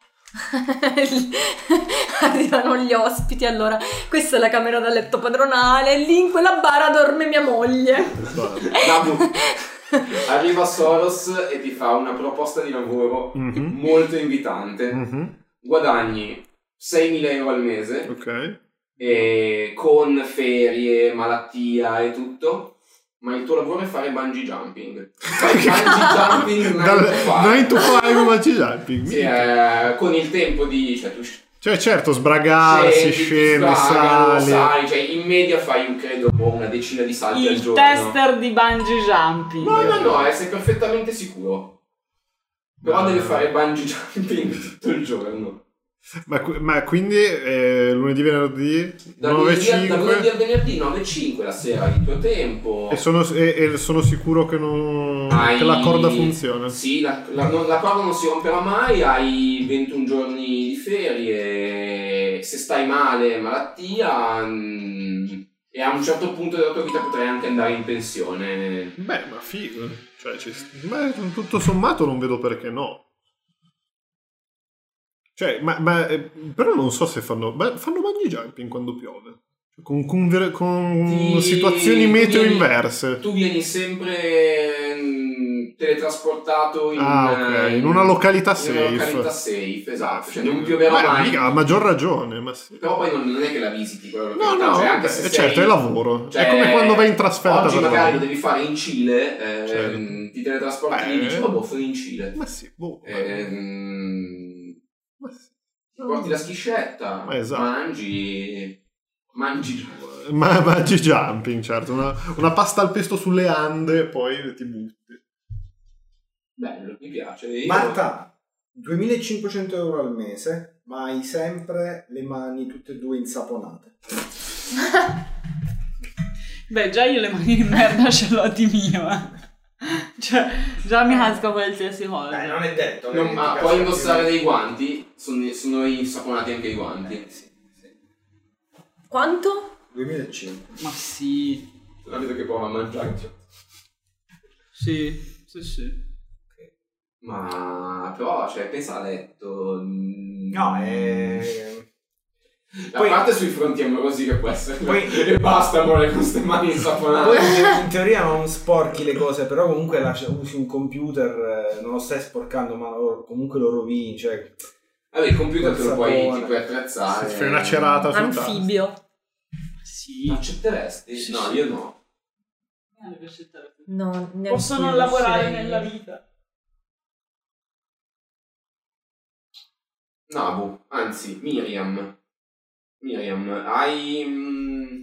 Speaker 5: Arrivano gli ospiti, allora questa è la camera da letto padronale, lì in quella bara dorme mia moglie.
Speaker 1: Nabu, arriva Soros e ti fa una proposta di lavoro
Speaker 3: Mhm.
Speaker 1: molto invitante.
Speaker 3: Mhm.
Speaker 1: Guadagni seimila euro al mese
Speaker 3: Ok.
Speaker 1: e con ferie, malattia e tutto, ma il tuo lavoro è fare bungee jumping. Fai bungee jumping
Speaker 3: Dal
Speaker 1: nine to five.
Speaker 3: nine to five bungee jumping.
Speaker 1: Sì, eh, con il tempo di... Cioè, tu
Speaker 3: Cioè, certo, sbragarsi,
Speaker 1: scendi, ti
Speaker 3: scende,
Speaker 1: sbragano,
Speaker 3: sali.
Speaker 1: sali, cioè in media fai un credo una decina di salti al
Speaker 4: Il
Speaker 1: giorno.
Speaker 4: tester di bungee jumping.
Speaker 1: No, no, no, eh, sei perfettamente sicuro. Però deve fare bungee jumping tutto il giorno.
Speaker 3: Ma, qu- ma quindi eh, lunedì, venerdì,
Speaker 1: Da
Speaker 3: nove
Speaker 1: lunedì, a- da lunedì
Speaker 3: cinque
Speaker 1: al venerdì nove cinque la sera il tuo tempo.
Speaker 3: e sono, e, e sono sicuro che, non,
Speaker 1: Hai-
Speaker 3: che la corda funziona.
Speaker 1: Sì, la, la, non- la corda non si romperà mai, hai ventuno giorni di ferie, se stai male, malattia, mm, e a un certo punto della tua vita potrai anche andare in pensione.
Speaker 3: Beh, ma figo. Cioè, ci- beh, tutto sommato non vedo perché no. Cioè, ma, ma eh, però non so se fanno... Beh, fanno bungee jumping quando piove. Cioè, con, con, con
Speaker 1: Ti-
Speaker 3: situazioni
Speaker 1: tu
Speaker 3: meteo
Speaker 1: vieni-
Speaker 3: inverse.
Speaker 1: Tu vieni sempre mm, teletrasportato in,
Speaker 3: Ah, ok,
Speaker 1: eh,
Speaker 3: in una località
Speaker 1: in
Speaker 3: safe.
Speaker 1: una località safe, esatto. Cioè non pioverà
Speaker 3: Beh,
Speaker 1: mai.
Speaker 3: mica, a maggior ragione, ma sì.
Speaker 1: Però poi non, non è che la visiti quella
Speaker 3: No,
Speaker 1: località.
Speaker 3: no,
Speaker 1: cioè, anche
Speaker 3: vabbè,
Speaker 1: se sei-
Speaker 3: certo, è lavoro.
Speaker 1: cioè,
Speaker 3: È come quando vai in trasferta
Speaker 1: oggi
Speaker 3: per
Speaker 1: magari
Speaker 3: lavoro.
Speaker 1: lo devi fare in Cile, eh,
Speaker 3: Certo.
Speaker 1: ti teletrasporti
Speaker 3: Beh.
Speaker 1: lì e dici, vabbè, sono in Cile.
Speaker 3: Ma sì, boh.
Speaker 1: Ehm,
Speaker 3: Ma sì.
Speaker 1: ti porti la schiscetta,
Speaker 3: Ma esatto.
Speaker 1: mangi, mangi.
Speaker 3: Ma bungee jumping, certo. Una, una pasta al pesto sulle Ande, poi ti butti.
Speaker 1: Bello, mi piace. Io-
Speaker 2: Marta, duemilacinquecento euro al mese, ma hai sempre le mani tutte e due insaponate.
Speaker 4: Beh, già io le mani di merda ce l'ho di mio, eh. Cioè, già mi casca qualsiasi cosa.
Speaker 2: Eh, non è detto.
Speaker 1: Non-
Speaker 2: che
Speaker 1: ma
Speaker 2: ti
Speaker 1: puoi
Speaker 2: casca
Speaker 1: indossare
Speaker 2: più.
Speaker 1: dei guanti? Sono, sono insaponati anche i guanti.
Speaker 2: Eh, sì, sì.
Speaker 5: Quanto?
Speaker 2: duemilacinque.
Speaker 4: Ma sì,
Speaker 1: La vedo che prova a mangiare.
Speaker 4: sì, sì, sì.
Speaker 1: Ma però, cioè, pensa a letto. mm,
Speaker 2: No, è...
Speaker 1: A
Speaker 2: poi-
Speaker 1: parte sui fronti amorosi che può essere.
Speaker 2: Poi-
Speaker 1: e basta, amore, con queste mani insaponate.
Speaker 2: Poi in, in teoria non sporchi le cose, però comunque la- usi un computer, eh, non lo stai sporcando, ma lo- comunque lo rovini, cioè...
Speaker 1: Vabbè, il computer te lo puoi,
Speaker 2: Sapone.
Speaker 1: ti puoi attrezzare.
Speaker 3: Fai una cerata sul tasto.
Speaker 5: Anfibio.
Speaker 4: Sì.
Speaker 1: Accetteresti?
Speaker 4: Sì,
Speaker 1: no,
Speaker 4: sì.
Speaker 1: io no.
Speaker 4: Eh, devo accettare tutto.
Speaker 5: No, neanche
Speaker 4: Possono
Speaker 5: io
Speaker 4: lavorare
Speaker 5: riuscirei.
Speaker 4: nella vita.
Speaker 1: Nabu, anzi, Miriam. Miriam, hai... mm,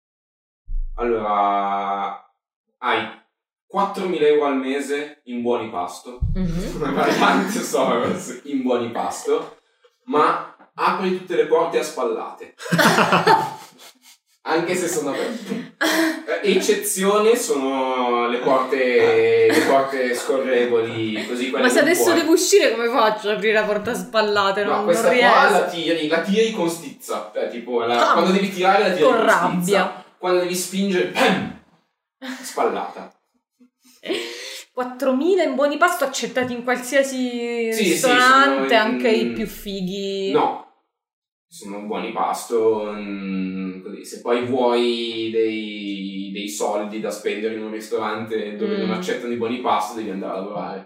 Speaker 1: allora... Hai quattromila euro al mese in buoni pasto.
Speaker 5: Mhm.
Speaker 1: Una variante Soros in buoni pasto. Ma apri tutte le porte a spallate. Anche se sono aperte. Eh, Eccezione sono le porte, le porte scorrevoli, così quelle
Speaker 5: Ma se
Speaker 1: non
Speaker 5: adesso
Speaker 1: puoi.
Speaker 5: devo uscire, come faccio ad aprire la porta a spallate?
Speaker 1: No,
Speaker 5: Non,
Speaker 1: questa
Speaker 5: non
Speaker 1: qua
Speaker 5: riesco.
Speaker 1: la tiri, la tiri con stizza. Cioè, tipo, la-
Speaker 5: Ah,
Speaker 1: quando devi tirare la tiri
Speaker 5: con
Speaker 1: con,
Speaker 5: rabbia.
Speaker 1: stizza. Quando devi spingere, pam! Spallata.
Speaker 5: quattromila in buoni pasto accettati in qualsiasi
Speaker 1: Sì, sì,
Speaker 5: ristorante,
Speaker 1: sono in-
Speaker 5: anche i più fighi.
Speaker 1: No, sono buoni pasto. mm, così. Se poi vuoi dei, dei soldi da spendere in un ristorante dove
Speaker 5: Mm.
Speaker 1: non accettano i buoni pasto, devi andare a lavorare.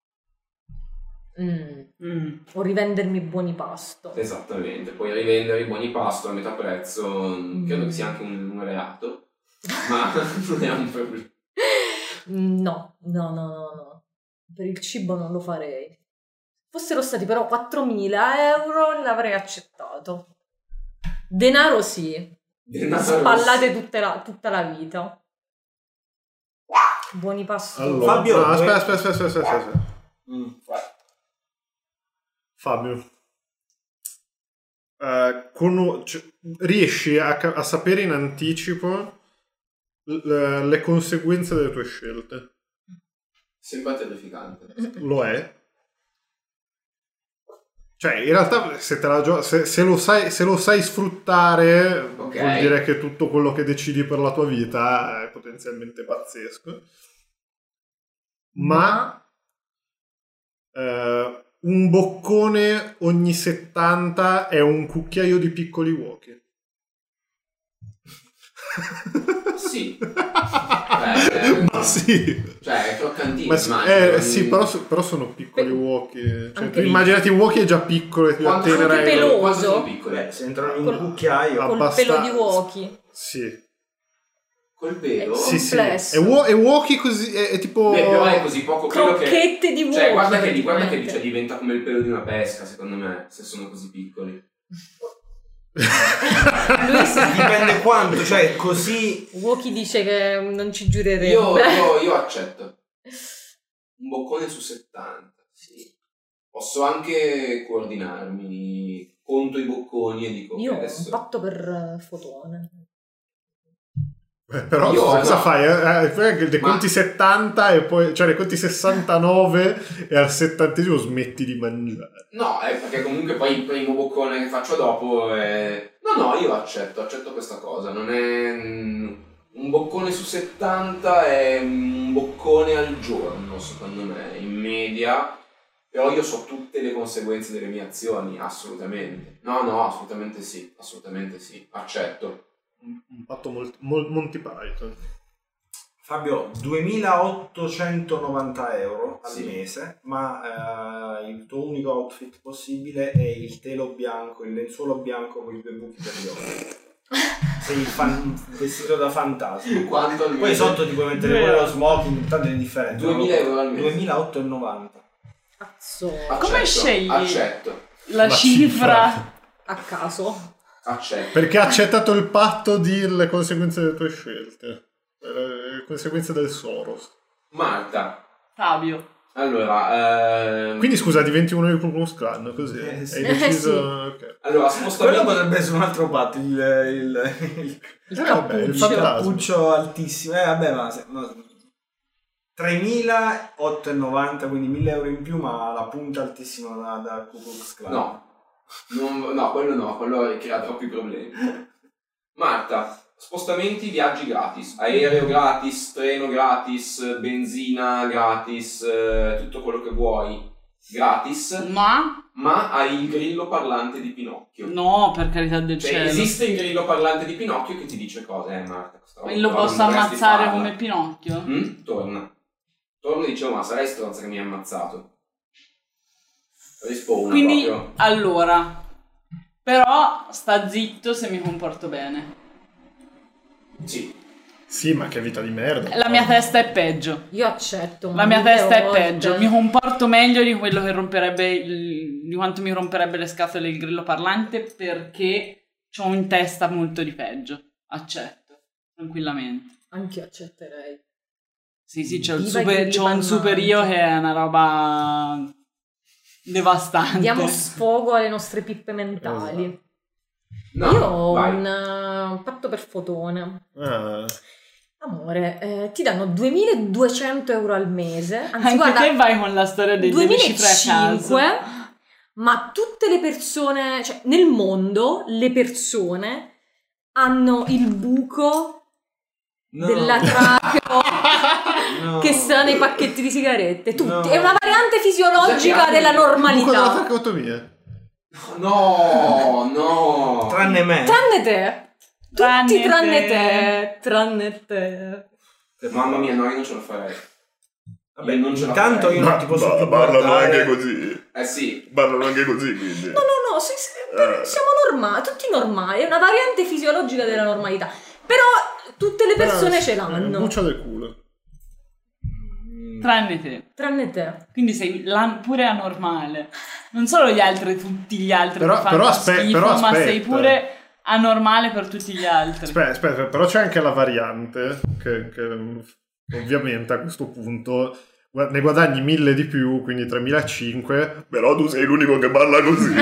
Speaker 5: Mm.
Speaker 4: Mm.
Speaker 5: O rivendermi buoni pasto.
Speaker 1: Esattamente, puoi rivendere i buoni pasto a metà prezzo. mm, Credo che sia anche un, un reato, ma non è un problema.
Speaker 5: No, no, no, no, no. Per il cibo non lo farei. Fossero stati però quattromila euro l'avrei accettato. Denaro sì.
Speaker 1: Denaro
Speaker 5: Spallate tutte la- tutta la vita. Buoni pasto.
Speaker 3: Allora,
Speaker 2: Fabio,
Speaker 3: no,
Speaker 2: due-
Speaker 3: aspetta, aspetta, aspetta, aspetta, aspetta.
Speaker 2: Mm.
Speaker 3: Fabio, eh, con- cioè, riesci a, ca- a sapere in anticipo l- le conseguenze delle tue scelte?
Speaker 1: Sembra terrificante.
Speaker 3: Lo è? Cioè, in realtà, se, te la gio- se, se lo sai, se lo sai sfruttare,
Speaker 1: Ok.
Speaker 3: vuol dire che tutto quello che decidi per la tua vita è potenzialmente pazzesco. Ma eh, un boccone ogni settanta è un cucchiaio di piccoli uochi.
Speaker 1: Sì. Beh,
Speaker 3: Ma sì.
Speaker 1: cioè, è croccantino.
Speaker 3: Ma sì,
Speaker 1: immagino.
Speaker 3: eh, sì, però, so- però sono piccoli
Speaker 5: Beh,
Speaker 3: uochi. Cioè,
Speaker 5: anche
Speaker 3: tu
Speaker 5: lì.
Speaker 3: immaginati un uochi è già piccolo e più
Speaker 1: Quanto sono
Speaker 3: attenerai.
Speaker 5: più peloso?
Speaker 1: Quanto sono piccoli?
Speaker 2: Beh, se entrano in
Speaker 5: Col-
Speaker 2: un cucchiaio...
Speaker 3: Ah,
Speaker 5: Col
Speaker 3: abbastanza-
Speaker 5: pelo di uochi.
Speaker 3: Sì.
Speaker 1: Col pelo?
Speaker 5: Sì.
Speaker 3: Sì, sì.
Speaker 5: Complesso.
Speaker 3: E, uo- e uochi così è, è tipo.
Speaker 1: Beh, però è così poco pelo che...
Speaker 5: Crocchette di uochi.
Speaker 1: Cioè, guarda che, lì- guarda che lì,
Speaker 5: praticamente.
Speaker 1: cioè, diventa come il pelo di una pesca, secondo me, se sono così piccoli.
Speaker 5: Lui si...
Speaker 2: Dipende quanto, cioè così...
Speaker 5: Uochi dice che non ci giurerebbe.
Speaker 1: Io, io, io accetto. Un boccone su settanta, sì. Posso anche coordinarmi, conto i bocconi e dico
Speaker 5: Io
Speaker 1: ok,
Speaker 5: ho
Speaker 1: adesso...
Speaker 5: un patto per eh, fotone.
Speaker 3: Eh, però
Speaker 1: Io
Speaker 3: cosa
Speaker 1: no.
Speaker 3: fai? Eh, eh, fai che ne
Speaker 1: Ma-
Speaker 3: conti settanta e poi, cioè ne conti sessantanove e al settantesimo smetti di mangiare.
Speaker 1: No, è perché comunque poi il primo boccone che faccio dopo è... No, no, io accetto, accetto questa cosa. Non è... Un boccone su settanta è un boccone al giorno, secondo me, in media. Però io so tutte le conseguenze delle mie azioni, assolutamente. No, no, assolutamente sì, assolutamente sì, accetto.
Speaker 3: Un patto molti, mol, Monty Python.
Speaker 2: Fabio, duemilaottocentonovanta euro al
Speaker 1: Sì.
Speaker 2: mese, ma eh, il tuo unico outfit possibile è il telo bianco, il lenzuolo bianco con i due buchi per gli occhi. Sei il fan- vestito da fantasma.
Speaker 1: Quanto al
Speaker 2: Poi
Speaker 1: mese?
Speaker 2: sotto ti puoi mettere pure lo smoking, tanto è differente.
Speaker 1: duemila euro al mese.
Speaker 2: duemilaottocentonovanta.
Speaker 5: Cazzo.
Speaker 1: Accetto,
Speaker 4: Come scegli?
Speaker 1: Accetto,
Speaker 4: La,
Speaker 3: La
Speaker 4: cifra.
Speaker 3: cifra.
Speaker 5: A caso.
Speaker 1: accetto.
Speaker 3: Perché ha accettato il patto di le conseguenze delle tue scelte. Le conseguenze del Soros.
Speaker 1: Marta,
Speaker 4: Fabio.
Speaker 1: allora... Ehm...
Speaker 3: Quindi scusa, diventi uno del Ku Klux Klan, così?
Speaker 2: Eh, sì.
Speaker 3: Hai deciso...
Speaker 5: Eh,
Speaker 3: ok.
Speaker 1: Allora,
Speaker 2: Quello
Speaker 1: spostamenti...
Speaker 2: potrebbe essere un altro patto, il, il, il,
Speaker 5: Il
Speaker 3: Eh, vabbè, il
Speaker 5: cappuccio.
Speaker 2: il
Speaker 3: fantasma.
Speaker 2: cappuccio altissimo. Eh vabbè, ma... Se, no, tremilaottocentonovanta, quindi mille euro in più, ma la punta altissima da, da Ku Klux Klan.
Speaker 1: No, non- no, quello no, quello crea troppi problemi. Marta, spostamenti, viaggi gratis, aereo gratis, treno gratis, benzina gratis, eh, tutto quello che vuoi gratis,
Speaker 4: Ma?
Speaker 1: ma hai il grillo parlante di Pinocchio.
Speaker 4: No, per carità del
Speaker 1: Cioè,
Speaker 4: cielo.
Speaker 1: esiste il grillo parlante di Pinocchio che ti dice cose, eh Marta? Questa roba
Speaker 4: E lo
Speaker 1: qua
Speaker 4: posso
Speaker 1: non dovresti
Speaker 4: ammazzare
Speaker 1: farla.
Speaker 4: come Pinocchio?
Speaker 1: Mm? Torna. Torna e dicevo, ma sarai stronza che mi hai ammazzato. Rispona
Speaker 4: Quindi,
Speaker 1: proprio.
Speaker 4: allora. Però sta zitto se mi comporto bene.
Speaker 1: Sì.
Speaker 3: Sì, ma che vita di merda.
Speaker 4: La mia testa è peggio.
Speaker 5: Io accetto.
Speaker 4: La mia
Speaker 5: mille
Speaker 4: testa è
Speaker 5: volte.
Speaker 4: peggio. Mi comporto meglio di quello che romperebbe il- di quanto mi romperebbe le scatole il grillo parlante, perché ho in testa molto di peggio. Accetto. Tranquillamente.
Speaker 5: Anch'io accetterei.
Speaker 4: Sì, sì, c'ho, il
Speaker 5: Viva i
Speaker 4: super,
Speaker 5: grilli
Speaker 4: c'ho un super io
Speaker 5: parlanti.
Speaker 4: che è una roba devastante.
Speaker 5: Diamo sfogo alle nostre pippe mentali.
Speaker 1: No,
Speaker 5: Io ho
Speaker 1: vai.
Speaker 5: un, uh, un patto per fotone.
Speaker 3: Ah.
Speaker 5: Amore, eh, ti danno duemiladuecento euro al mese. Anzi,
Speaker 4: Anche
Speaker 5: guarda,
Speaker 4: te vai con la storia dei delle cifre a caso.
Speaker 5: duemilacinque, ma tutte le persone, cioè nel mondo, le persone hanno il buco
Speaker 2: No.
Speaker 5: della tracchio
Speaker 2: No.
Speaker 5: che sta nei pacchetti di sigarette. Tutti.
Speaker 2: No.
Speaker 5: È una variante fisiologica
Speaker 1: Scusate,
Speaker 5: della
Speaker 3: Buco della
Speaker 5: normalità.
Speaker 3: tracheotomia.
Speaker 1: No, no.
Speaker 2: Tranne me.
Speaker 5: Tranne te.
Speaker 4: Tranne
Speaker 5: Tutti tranne
Speaker 4: te.
Speaker 5: te. Tranne te.
Speaker 1: Mamma mia, no, io non ce la farei.
Speaker 2: Vabbè,
Speaker 1: Io non ce la
Speaker 2: intanto
Speaker 1: farei.
Speaker 2: io non ti posso
Speaker 3: ba-
Speaker 2: più
Speaker 3: parlano
Speaker 2: guardare.
Speaker 3: anche così.
Speaker 1: Eh sì.
Speaker 3: Parlano anche così, quindi.
Speaker 5: No, no, no, sì, sì,
Speaker 3: Eh.
Speaker 5: siamo normali, tutti normali, è una variante fisiologica della normalità. Però tutte le persone
Speaker 3: Eh,
Speaker 5: ce
Speaker 3: eh,
Speaker 5: l'hanno.
Speaker 3: Buccia del culo.
Speaker 4: Tranne te.
Speaker 5: Tranne te.
Speaker 4: Quindi sei la- pure anormale. Non solo gli altri, tutti gli altri
Speaker 3: Però-
Speaker 4: che fanno
Speaker 3: però aspe-
Speaker 4: schifo,
Speaker 3: però
Speaker 4: ma
Speaker 3: aspetta.
Speaker 4: sei pure anormale per tutti gli altri.
Speaker 3: Aspetta, aspetta, però c'è anche la variante che, che ovviamente a questo punto gua- ne guadagni mille di più, quindi tremilacinque, però tu sei l'unico che parla così.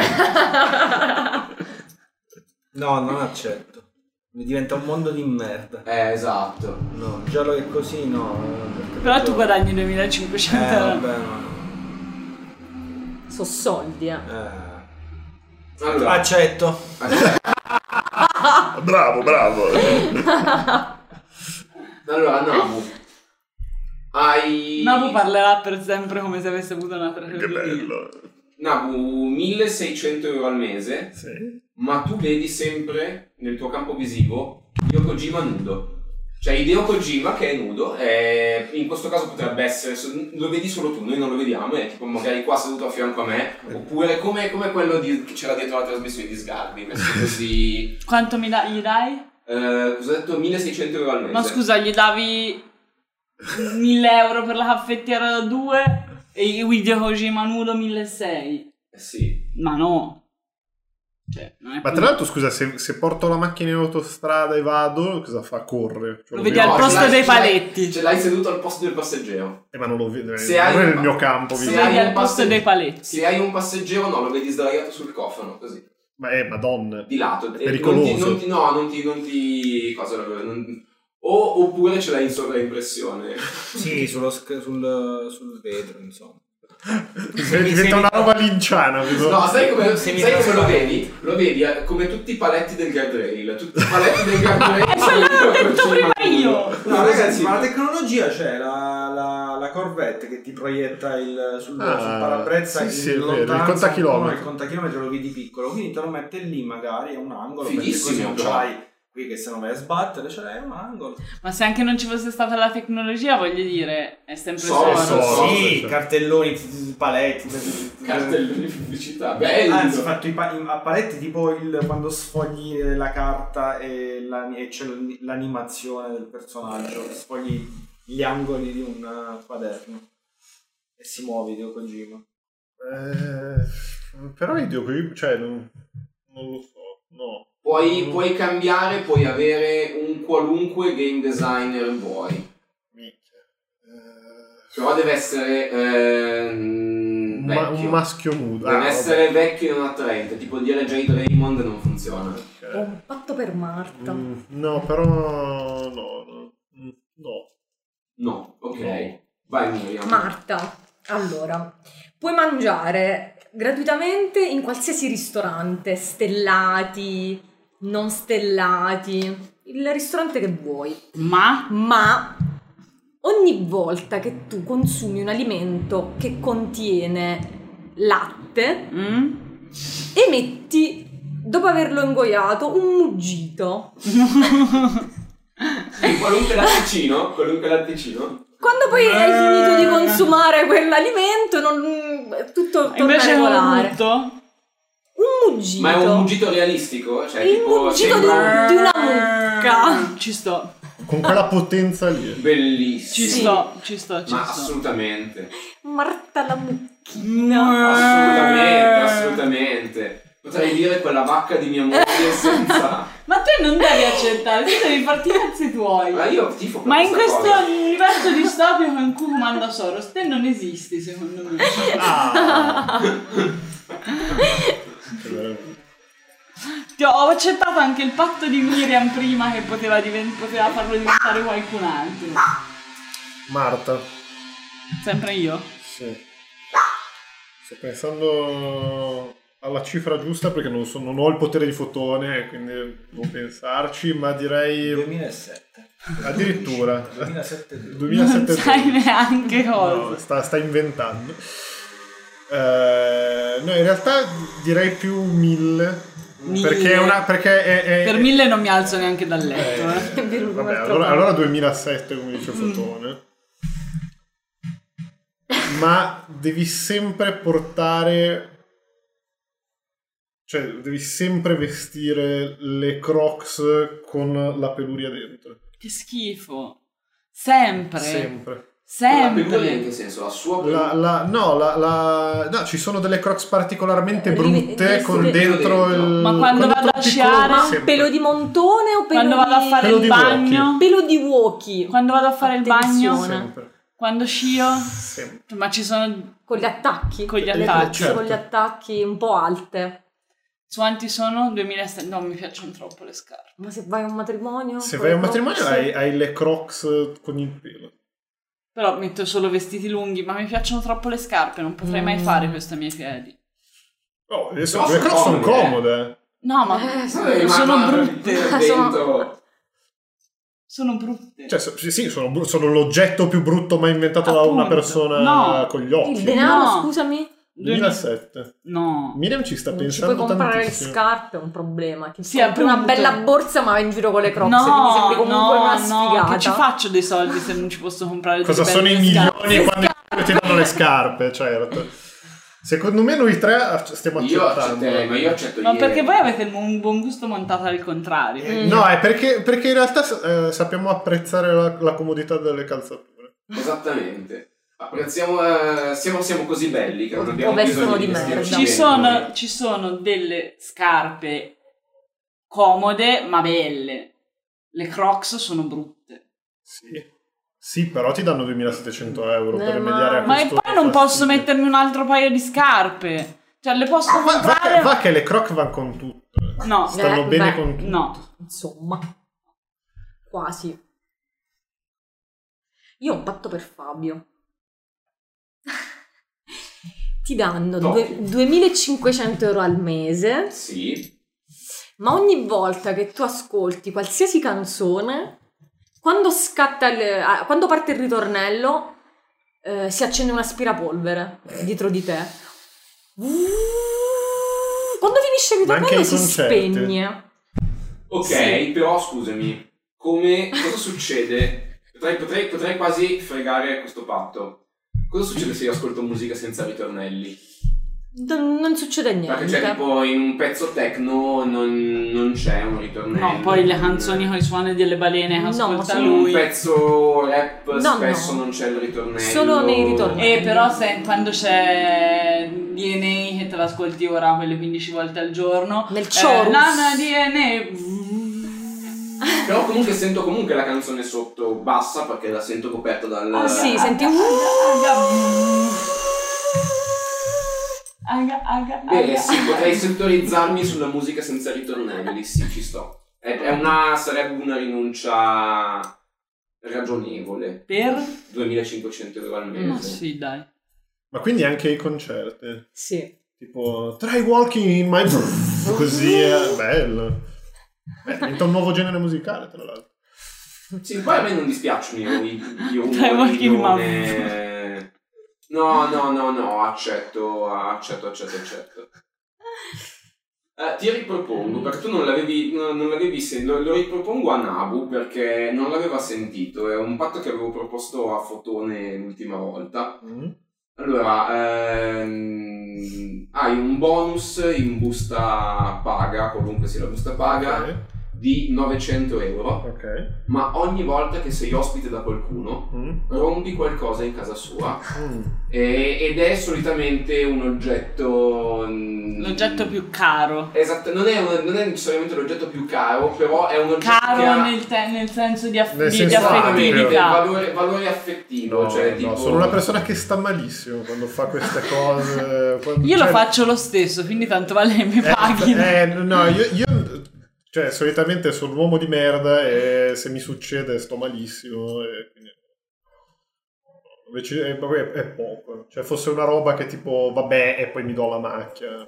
Speaker 2: No, non accetto. Mi diventa un mondo di merda.
Speaker 1: Eh, esatto.
Speaker 2: No, già lo è così, no. perché
Speaker 4: Però tu
Speaker 2: proprio-
Speaker 4: guadagni
Speaker 2: Eh,
Speaker 4: duemilacinquecento euro.
Speaker 2: vabbè, ma...
Speaker 5: So soldi, eh.
Speaker 2: Eh.
Speaker 1: Allora,
Speaker 2: Accetto.
Speaker 3: Bravo, bravo.
Speaker 1: allora Nabu. Hai...
Speaker 4: Nabu parlerà per sempre come se avesse avuto una
Speaker 3: Che
Speaker 4: tragedia.
Speaker 3: bello.
Speaker 1: Nabu, milleseicento euro al mese,
Speaker 3: Sì.
Speaker 1: ma tu vedi sempre nel tuo campo visivo Hideo Kojima nudo. Cioè Hideo Kojima che è nudo, e in questo caso potrebbe essere, lo vedi solo tu, noi non lo vediamo, è tipo magari qua seduto a fianco a me, oppure come, come quello di, che c'era dietro la trasmissione di Sgarbi, messo così...
Speaker 4: Quanto mi da- gli dai?
Speaker 1: Eh, cosa ho detto? milleseicento euro al mese.
Speaker 4: Ma scusa, gli davi mille euro per la caffettiera da due e i video Kojima nudo milleseicento?
Speaker 1: Eh sì.
Speaker 4: Ma no. Cioè, non è
Speaker 3: Ma tra l'altro, scusa, se, se porto la macchina in autostrada e vado, cosa fa? Corre. Cioè,
Speaker 4: Lo vedi
Speaker 3: vedo-
Speaker 4: al
Speaker 1: No,
Speaker 4: posto
Speaker 1: ce l'hai-
Speaker 4: dei
Speaker 1: ce l'hai-
Speaker 4: paletti.
Speaker 1: Ce l'hai seduto al posto del passeggero.
Speaker 3: Eh, ma non lo vedo.
Speaker 1: Se
Speaker 3: non
Speaker 1: hai
Speaker 3: è
Speaker 1: un
Speaker 3: nel
Speaker 1: pa-
Speaker 3: mio campo.
Speaker 1: se
Speaker 4: Lo
Speaker 3: visibile.
Speaker 1: hai
Speaker 4: vedi
Speaker 1: un
Speaker 4: al posto
Speaker 1: passe-
Speaker 4: dei paletti.
Speaker 1: Se hai un passeggero no, lo vedi sdraiato sul cofano, così.
Speaker 3: Ma è madonna.
Speaker 1: Di lato. E
Speaker 3: Pericoloso.
Speaker 1: Non ti, non ti, no, non ti... Non ti cosa, non, o, oppure ce l'hai in sovraimpressione.
Speaker 2: Sì, sullo sc- sul, sul vetro, insomma.
Speaker 3: Diventa una roba linciana. vedo.
Speaker 1: No, sai come,
Speaker 2: Se mi
Speaker 1: sai come lo
Speaker 2: trasformo.
Speaker 1: vedi? Lo vedi eh, come tutti i paletti del guardrail. Tutti i paletti del guardrail.
Speaker 4: Eh, quello l'ho detto prima io.
Speaker 2: No, ragazzi, ma la tecnologia c'è, la, la, la Corvette che ti proietta il, sul,
Speaker 3: Ah,
Speaker 2: sul parabrezza
Speaker 3: sì, sì, è
Speaker 2: in
Speaker 3: vero, il
Speaker 2: lontananza,
Speaker 3: contachilometri.
Speaker 2: no, il contachilometri lo vedi piccolo, quindi te lo mette lì magari a un angolo,
Speaker 1: Fighissimo,
Speaker 2: perché così non
Speaker 1: però.
Speaker 2: c'hai qui che se non vai a sbattere, ce l'hai a un angolo.
Speaker 4: Ma se anche non ci fosse stata la tecnologia, voglio dire, è sempre
Speaker 1: Solo,
Speaker 4: solo.
Speaker 1: solo.
Speaker 2: Sì,
Speaker 3: cioè.
Speaker 2: cartelloni, paletti,
Speaker 1: Cartelloni di pubblicità, bello.
Speaker 2: anzi fatto i pa- a paletti tipo il, quando sfogli la carta e, la, e c'è l'animazione del personaggio, sfogli gli angoli di un quaderno e si muove Hideo Kojima.
Speaker 3: Eh, però Hideo Kojima, cioè non, non lo so, no.
Speaker 1: Puoi,
Speaker 3: Non-
Speaker 1: puoi cambiare, puoi avere un qualunque game designer vuoi.
Speaker 3: Minchia. Eh,
Speaker 1: Però deve essere ehm,
Speaker 3: un, ma-
Speaker 1: vecchio.
Speaker 3: un maschio nudo.
Speaker 1: Deve
Speaker 3: Ah,
Speaker 1: essere
Speaker 3: vabbè.
Speaker 1: vecchio e non attraente. Tipo dire Jade Raymond non funziona.
Speaker 3: Ok.
Speaker 5: Ho un patto per Marta.
Speaker 3: Mm, no, però no, no. Mm, no.
Speaker 1: No, ok.
Speaker 3: No.
Speaker 1: Vai Miriam.
Speaker 5: Marta, allora, puoi mangiare gratuitamente in qualsiasi ristorante, stellati, non stellati, il ristorante che vuoi,
Speaker 4: Ma
Speaker 5: ma ogni volta che tu consumi un alimento che contiene latte,
Speaker 4: mm?
Speaker 5: emetti, dopo averlo ingoiato, un muggito.
Speaker 1: E qualunque latticino, qualunque latticino.
Speaker 5: Quando poi hai finito di consumare quell'alimento, non, tutto torna
Speaker 4: Invece è
Speaker 5: regolare.
Speaker 4: brutto.
Speaker 5: Un muggito.
Speaker 1: Ma è un muggito realistico? Cioè,
Speaker 5: Il
Speaker 1: tipo,
Speaker 5: muggito
Speaker 1: sembra-
Speaker 5: di, un- di una mucca.
Speaker 4: Ci sto,
Speaker 3: Con quella potenza lì.
Speaker 1: Bellissimo.
Speaker 4: ci
Speaker 5: Sì.
Speaker 4: sto, ci sto, ci
Speaker 1: Ma
Speaker 4: sto.
Speaker 1: assolutamente.
Speaker 5: Marta la mucchina.
Speaker 1: Assolutamente, assolutamente. Potrei dire quella vacca di mia moglie senza...
Speaker 4: Ma te non devi accettare, tu devi farti i cazzi tuoi.
Speaker 1: Ma io tifo per
Speaker 4: Ma in
Speaker 1: questa
Speaker 4: questo
Speaker 1: cosa.
Speaker 4: universo distopico in cui comanda Soros, te non esisti secondo me.
Speaker 3: Ah. Che meraviglia.
Speaker 4: Ti ho, ho accettato anche il patto di Miriam prima che poteva, diven- poteva farlo diventare qualcun altro.
Speaker 3: Marta.
Speaker 4: Sempre io?
Speaker 3: Sì. Sto pensando alla cifra giusta perché non, so, non ho il potere di fotone, quindi devo pensarci, ma direi
Speaker 2: duemilasette.
Speaker 3: addirittura
Speaker 2: duemilasette.
Speaker 3: duemilasette.
Speaker 4: Non sai neanche
Speaker 3: No,
Speaker 4: cosa.
Speaker 3: sta, sta inventando. Eh, no, in realtà direi più mille.
Speaker 4: Mille.
Speaker 3: Perché è una. Perché è, è-
Speaker 4: Per mille non mi alzo neanche dal letto.
Speaker 3: eh,
Speaker 4: Eh.
Speaker 5: È venuto un
Speaker 3: vabbè,
Speaker 5: altro
Speaker 3: allora,
Speaker 5: paio.
Speaker 3: allora duemilasette come dice Fotone. Ma devi sempre portare. Cioè, devi sempre vestire le Crocs con la peluria dentro.
Speaker 4: Che schifo. Sempre.
Speaker 3: Sempre.
Speaker 1: La peluria in che
Speaker 4: Sempre.
Speaker 1: senso? La sua
Speaker 3: La,
Speaker 1: peluria?
Speaker 3: la- no, la, la- no, ci sono delle Crocs particolarmente brutte
Speaker 5: Rive-
Speaker 3: con
Speaker 5: rive-
Speaker 3: dentro il.
Speaker 4: Ma quando vado a
Speaker 3: troppo
Speaker 4: sciare?
Speaker 3: piccolo,
Speaker 5: Ma
Speaker 3: sempre.
Speaker 5: pelo di montone o pelo
Speaker 4: Quando vado a
Speaker 5: di...
Speaker 4: fare
Speaker 3: Pelo
Speaker 4: il
Speaker 3: di
Speaker 4: bagno.
Speaker 5: Pelo di walkie.
Speaker 4: Quando vado a fare il bagno.
Speaker 5: Attenzione.
Speaker 3: Sempre.
Speaker 4: Quando scio.
Speaker 3: Sempre.
Speaker 4: Ma ci sono.
Speaker 5: Con gli attacchi.
Speaker 4: Con gli
Speaker 5: Le
Speaker 4: attacchi,
Speaker 5: Crocs
Speaker 3: certo.
Speaker 5: Con gli attacchi un po' alte.
Speaker 4: Su quanti sono? duemilasette. No, mi piacciono troppo le scarpe.
Speaker 5: Ma se vai a un matrimonio?
Speaker 3: Se
Speaker 5: con
Speaker 3: vai a
Speaker 5: le
Speaker 3: un matrimonio
Speaker 5: Crocs?
Speaker 3: hai, hai le Crocs con il pelo.
Speaker 4: Però metto solo vestiti lunghi, ma mi piacciono troppo le scarpe, non potrei mai
Speaker 5: Mm.
Speaker 4: fare questo ai miei piedi.
Speaker 3: Oh, adesso
Speaker 1: No,
Speaker 3: le
Speaker 1: sono
Speaker 3: Crocs sono
Speaker 1: comode,
Speaker 3: comode.
Speaker 4: No, ma
Speaker 5: Eh,
Speaker 1: Vabbè, ma-
Speaker 4: sono
Speaker 1: ma-
Speaker 4: brutte.
Speaker 1: Dentro...
Speaker 4: Sono brutte.
Speaker 3: Cioè, so- sì, sì, sono, bru- sono l'oggetto più brutto mai inventato da una
Speaker 4: Appunto.
Speaker 3: persona
Speaker 4: No.
Speaker 3: con gli
Speaker 5: Il
Speaker 3: occhi.
Speaker 5: denaro,
Speaker 4: No.
Speaker 5: scusami?
Speaker 3: duemilasette.
Speaker 4: No.
Speaker 3: Miriam ci sta
Speaker 5: Non ci
Speaker 3: pensando
Speaker 5: puoi comprare le
Speaker 3: tantissimo.
Speaker 5: scarpe, è un problema. Ti
Speaker 4: Sì,
Speaker 5: compri una
Speaker 4: appunto.
Speaker 5: bella borsa ma vai in giro con le Crocs.
Speaker 4: No,
Speaker 5: mi sembri comunque
Speaker 4: no,
Speaker 5: una
Speaker 4: no,
Speaker 5: sfigata.
Speaker 4: che ci faccio dei soldi se non ci posso comprare
Speaker 3: Cosa
Speaker 4: delle
Speaker 3: sono i
Speaker 4: belle scarpe?
Speaker 3: milioni quando ti danno le scarpe, certo. Secondo me noi tre ac- stiamo
Speaker 1: Io
Speaker 3: accettando.
Speaker 1: accetterei, ma io accetto
Speaker 4: Ma
Speaker 1: ieri.
Speaker 4: perché voi avete il- un buon gusto montato al contrario.
Speaker 5: Mm.
Speaker 3: No, è perché, perché in realtà eh, sappiamo apprezzare la, la comodità delle calzature.
Speaker 1: Esattamente. Apprezziamo, eh, siamo, siamo così belli che non
Speaker 5: O
Speaker 1: abbiamo
Speaker 5: vestono
Speaker 1: bisogno
Speaker 5: di
Speaker 1: di
Speaker 5: merda.
Speaker 1: vestirci
Speaker 4: Ci
Speaker 1: bene
Speaker 4: sono,
Speaker 1: noi.
Speaker 4: ci sono delle scarpe comode ma belle. Le Crocs sono brutte.
Speaker 3: Sì. Sì, però ti danno duemilasettecento euro
Speaker 5: Eh,
Speaker 3: per
Speaker 5: ma-
Speaker 3: rimediare a
Speaker 4: Ma e
Speaker 3: questo
Speaker 4: poi non posso
Speaker 3: fastidio.
Speaker 4: mettermi un altro paio di scarpe. Cioè le posso
Speaker 3: Ah, va, va
Speaker 4: comprare.
Speaker 3: che, va che le Croc vanno con tutto.
Speaker 4: No,
Speaker 3: Stanno
Speaker 5: Eh,
Speaker 3: bene
Speaker 5: beh,
Speaker 3: con tutto.
Speaker 4: no.
Speaker 5: Insomma. Quasi. Io ho un patto per Fabio. Ti danno
Speaker 1: No.
Speaker 5: due- duemilacinquecento euro al mese,
Speaker 1: Sì.
Speaker 5: ma ogni volta che tu ascolti qualsiasi canzone, quando scatta il, ah, quando parte il ritornello, eh, si accende un aspirapolvere dietro di te. Quando finisce il ritornello si
Speaker 3: concerti.
Speaker 5: spegne.
Speaker 1: Ok,
Speaker 5: Sì.
Speaker 1: però scusami, come cosa succede? Potrei, potrei, potrei quasi fregare questo patto. Cosa succede se io ascolto musica senza ritornelli?
Speaker 5: Non, non succede niente.
Speaker 1: Perché c'è tipo in un pezzo techno non, non c'è un ritornello.
Speaker 4: No, poi le canzoni con i suoni delle balene che
Speaker 5: No,
Speaker 4: ascolta
Speaker 5: sono
Speaker 1: In un
Speaker 4: lui.
Speaker 1: pezzo rap
Speaker 5: No,
Speaker 1: spesso
Speaker 5: no.
Speaker 1: non c'è il ritornello.
Speaker 5: Solo nei ritornelli.
Speaker 4: Eh, però se, quando c'è D N A che te l'ascolti ora quelle quindici volte al giorno.
Speaker 5: Nel
Speaker 4: eh,
Speaker 5: chorus.
Speaker 4: Nana D N A.
Speaker 1: Però comunque sento comunque la canzone sotto bassa perché la sento coperta dal...
Speaker 5: Ah, sì, senti un...
Speaker 4: Aga, aga,
Speaker 1: Beh,
Speaker 4: aga,
Speaker 1: sì,
Speaker 4: aga.
Speaker 1: potrei settorizzarmi sulla musica senza ritornelli, sì, ci sto. È, è una, sarebbe una rinuncia ragionevole.
Speaker 4: Per?
Speaker 1: duemilacinquecento euro al mese.
Speaker 4: Ma sì, dai.
Speaker 3: Ma quindi anche i concerti?
Speaker 5: Sì.
Speaker 3: Tipo, try walking in my... Così è bello. Beh, diventa un nuovo genere musicale, tra l'altro.
Speaker 1: Sì, poi a me non dispiacciono io, io
Speaker 4: Dai, walking
Speaker 1: umore. No, no, no, no, accetto, accetto, accetto, accetto. Eh, ti ripropongo, perché tu non l'avevi, non, non l'avevi sentito, lo, lo ripropongo a Nabu perché non l'aveva sentito, è un patto che avevo proposto a Fotone l'ultima volta.
Speaker 3: Mm.
Speaker 1: Allora, ehm, hai un bonus in busta paga, qualunque sia la busta paga,
Speaker 3: Ok.
Speaker 1: di novecento euro,
Speaker 3: Ok.
Speaker 1: ma ogni volta che sei ospite da qualcuno
Speaker 3: Mm.
Speaker 1: rompi qualcosa in casa sua
Speaker 3: Mm.
Speaker 1: e- ed è solitamente un oggetto... mm,
Speaker 4: L'oggetto più caro.
Speaker 1: Esatto, non è, un- non è necessariamente l'oggetto più caro, però è un oggetto che
Speaker 4: Caro
Speaker 1: ha...
Speaker 4: nel, te- nel senso di, aff-
Speaker 3: Nel
Speaker 4: di,
Speaker 3: senso
Speaker 4: di affettività.
Speaker 1: valore, valore affettivo,
Speaker 3: No,
Speaker 1: cioè
Speaker 3: no,
Speaker 1: tipo...
Speaker 3: sono una persona che sta malissimo quando fa queste cose. Quando-
Speaker 4: Io lo
Speaker 3: cioè-
Speaker 4: faccio lo stesso, quindi tanto vale che mi
Speaker 3: Eh,
Speaker 4: paghi.
Speaker 3: eh, no, io, io cioè solitamente sono un uomo di merda e se mi succede sto malissimo e quindi invece è, vabbè, è poco, cioè fosse una roba che tipo vabbè e poi mi do la macchia.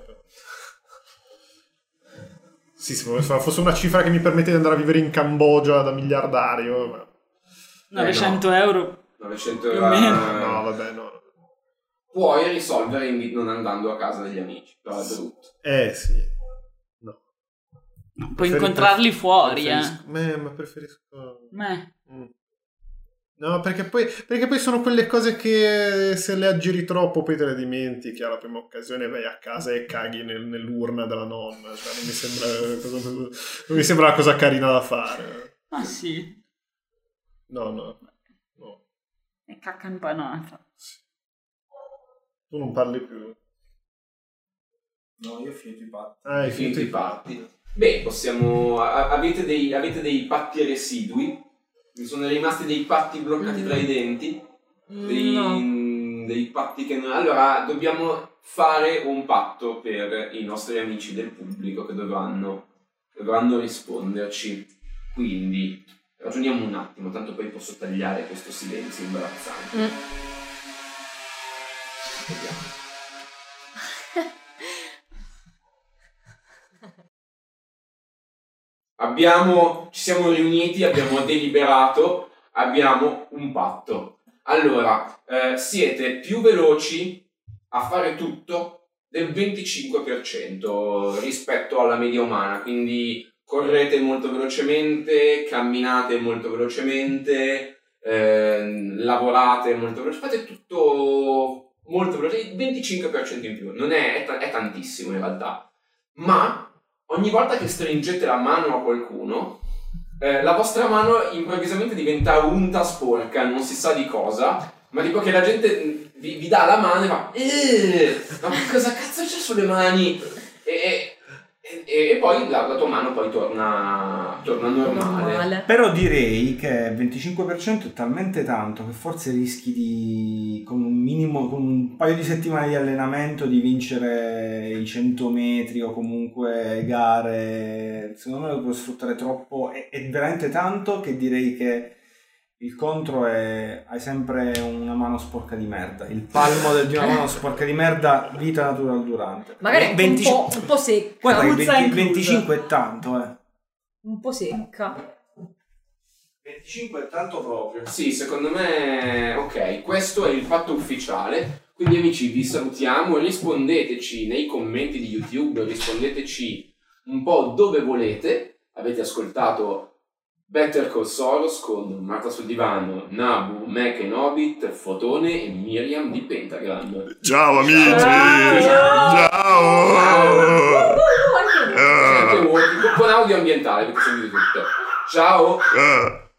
Speaker 3: Sì, se fosse una cifra che mi permette di andare a vivere in Cambogia da miliardario, ma...
Speaker 4: novecento euro.
Speaker 1: novecento
Speaker 4: Più
Speaker 1: euro
Speaker 4: o meno.
Speaker 3: no vabbè no.
Speaker 1: Puoi risolvere in- non andando a casa degli amici, però è brutto.
Speaker 3: Eh sì.
Speaker 4: Puoi
Speaker 3: Preferi-
Speaker 4: incontrarli fuori, eh.
Speaker 3: preferisco- eh, ma preferisco...
Speaker 4: Eh.
Speaker 3: Mm. No, perché poi, perché poi sono quelle cose che se le aggiri troppo poi te le dimentichi alla prima occasione, vai a casa e caghi nel- nell'urna della nonna. Cioè, non mi sembra cosa, non mi sembra una cosa carina da fare.
Speaker 4: Ma sì.
Speaker 3: No, no, no.
Speaker 4: E cacca impanata.
Speaker 3: Tu non parli più.
Speaker 2: No, io ho finito i patti.
Speaker 3: Ah, hai
Speaker 1: Hai finito i
Speaker 3: patti.
Speaker 1: patti. Beh, possiamo... a- avete dei, avete dei patti residui? Mi sono rimasti dei patti bloccati tra i denti? Dei,
Speaker 5: No.
Speaker 1: dei patti che... non- Allora, dobbiamo fare un patto per i nostri amici del pubblico che dovranno, dovranno risponderci. Quindi, ragioniamo un attimo, tanto poi posso tagliare questo silenzio imbarazzante.
Speaker 5: Mm.
Speaker 1: Vediamo. Abbiamo, ci siamo riuniti, abbiamo deliberato, abbiamo un patto. Allora, eh, siete più veloci a fare tutto del venticinque per cento rispetto alla media umana, quindi correte molto velocemente, camminate molto velocemente, eh, lavorate molto velocemente, fate tutto molto veloce, il venticinque per cento in più, non è, è, ta- è tantissimo in realtà, ma ogni volta che stringete la mano a qualcuno, eh, la vostra mano improvvisamente diventa unta sporca, non si sa di cosa, ma tipo che la gente vi, vi dà la mano e fa eh, ma cosa cazzo c'è sulle mani? E, e, e poi la, la tua mano poi torna, torna normale.
Speaker 5: Normale.
Speaker 2: Però direi che il venticinque per cento è talmente tanto che forse rischi di, con un minimo, con un paio di settimane di allenamento, di vincere i cento metri o comunque gare. Secondo me lo puoi sfruttare troppo, è, è veramente tanto che direi che il contro è hai sempre una mano sporca di merda, il palmo del- di una mano sporca di merda, vita natural durante.
Speaker 5: Magari anche
Speaker 2: venti
Speaker 5: un, po', un po' secca.
Speaker 2: Guarda che
Speaker 4: Puzza
Speaker 2: venti
Speaker 4: inclusa.
Speaker 2: venticinque è tanto, eh.
Speaker 5: Un po' secca.
Speaker 2: venticinque tanto proprio.
Speaker 1: Sì, secondo me, ok, questo è il patto ufficiale. Quindi amici vi salutiamo e rispondeteci nei commenti di YouTube, rispondeteci un po' dove volete. Avete ascoltato Better Call Soros con Marta sul divano, Nabu, me Kenobit, Fotone e Miriam di Pentagram.
Speaker 3: Ciao amici!
Speaker 5: Ciao!
Speaker 3: Ciao!
Speaker 1: Ciao!
Speaker 5: Uh, anche
Speaker 1: Sempre con con audio ambientale perché sentite tutto. Ciao!
Speaker 3: Ah.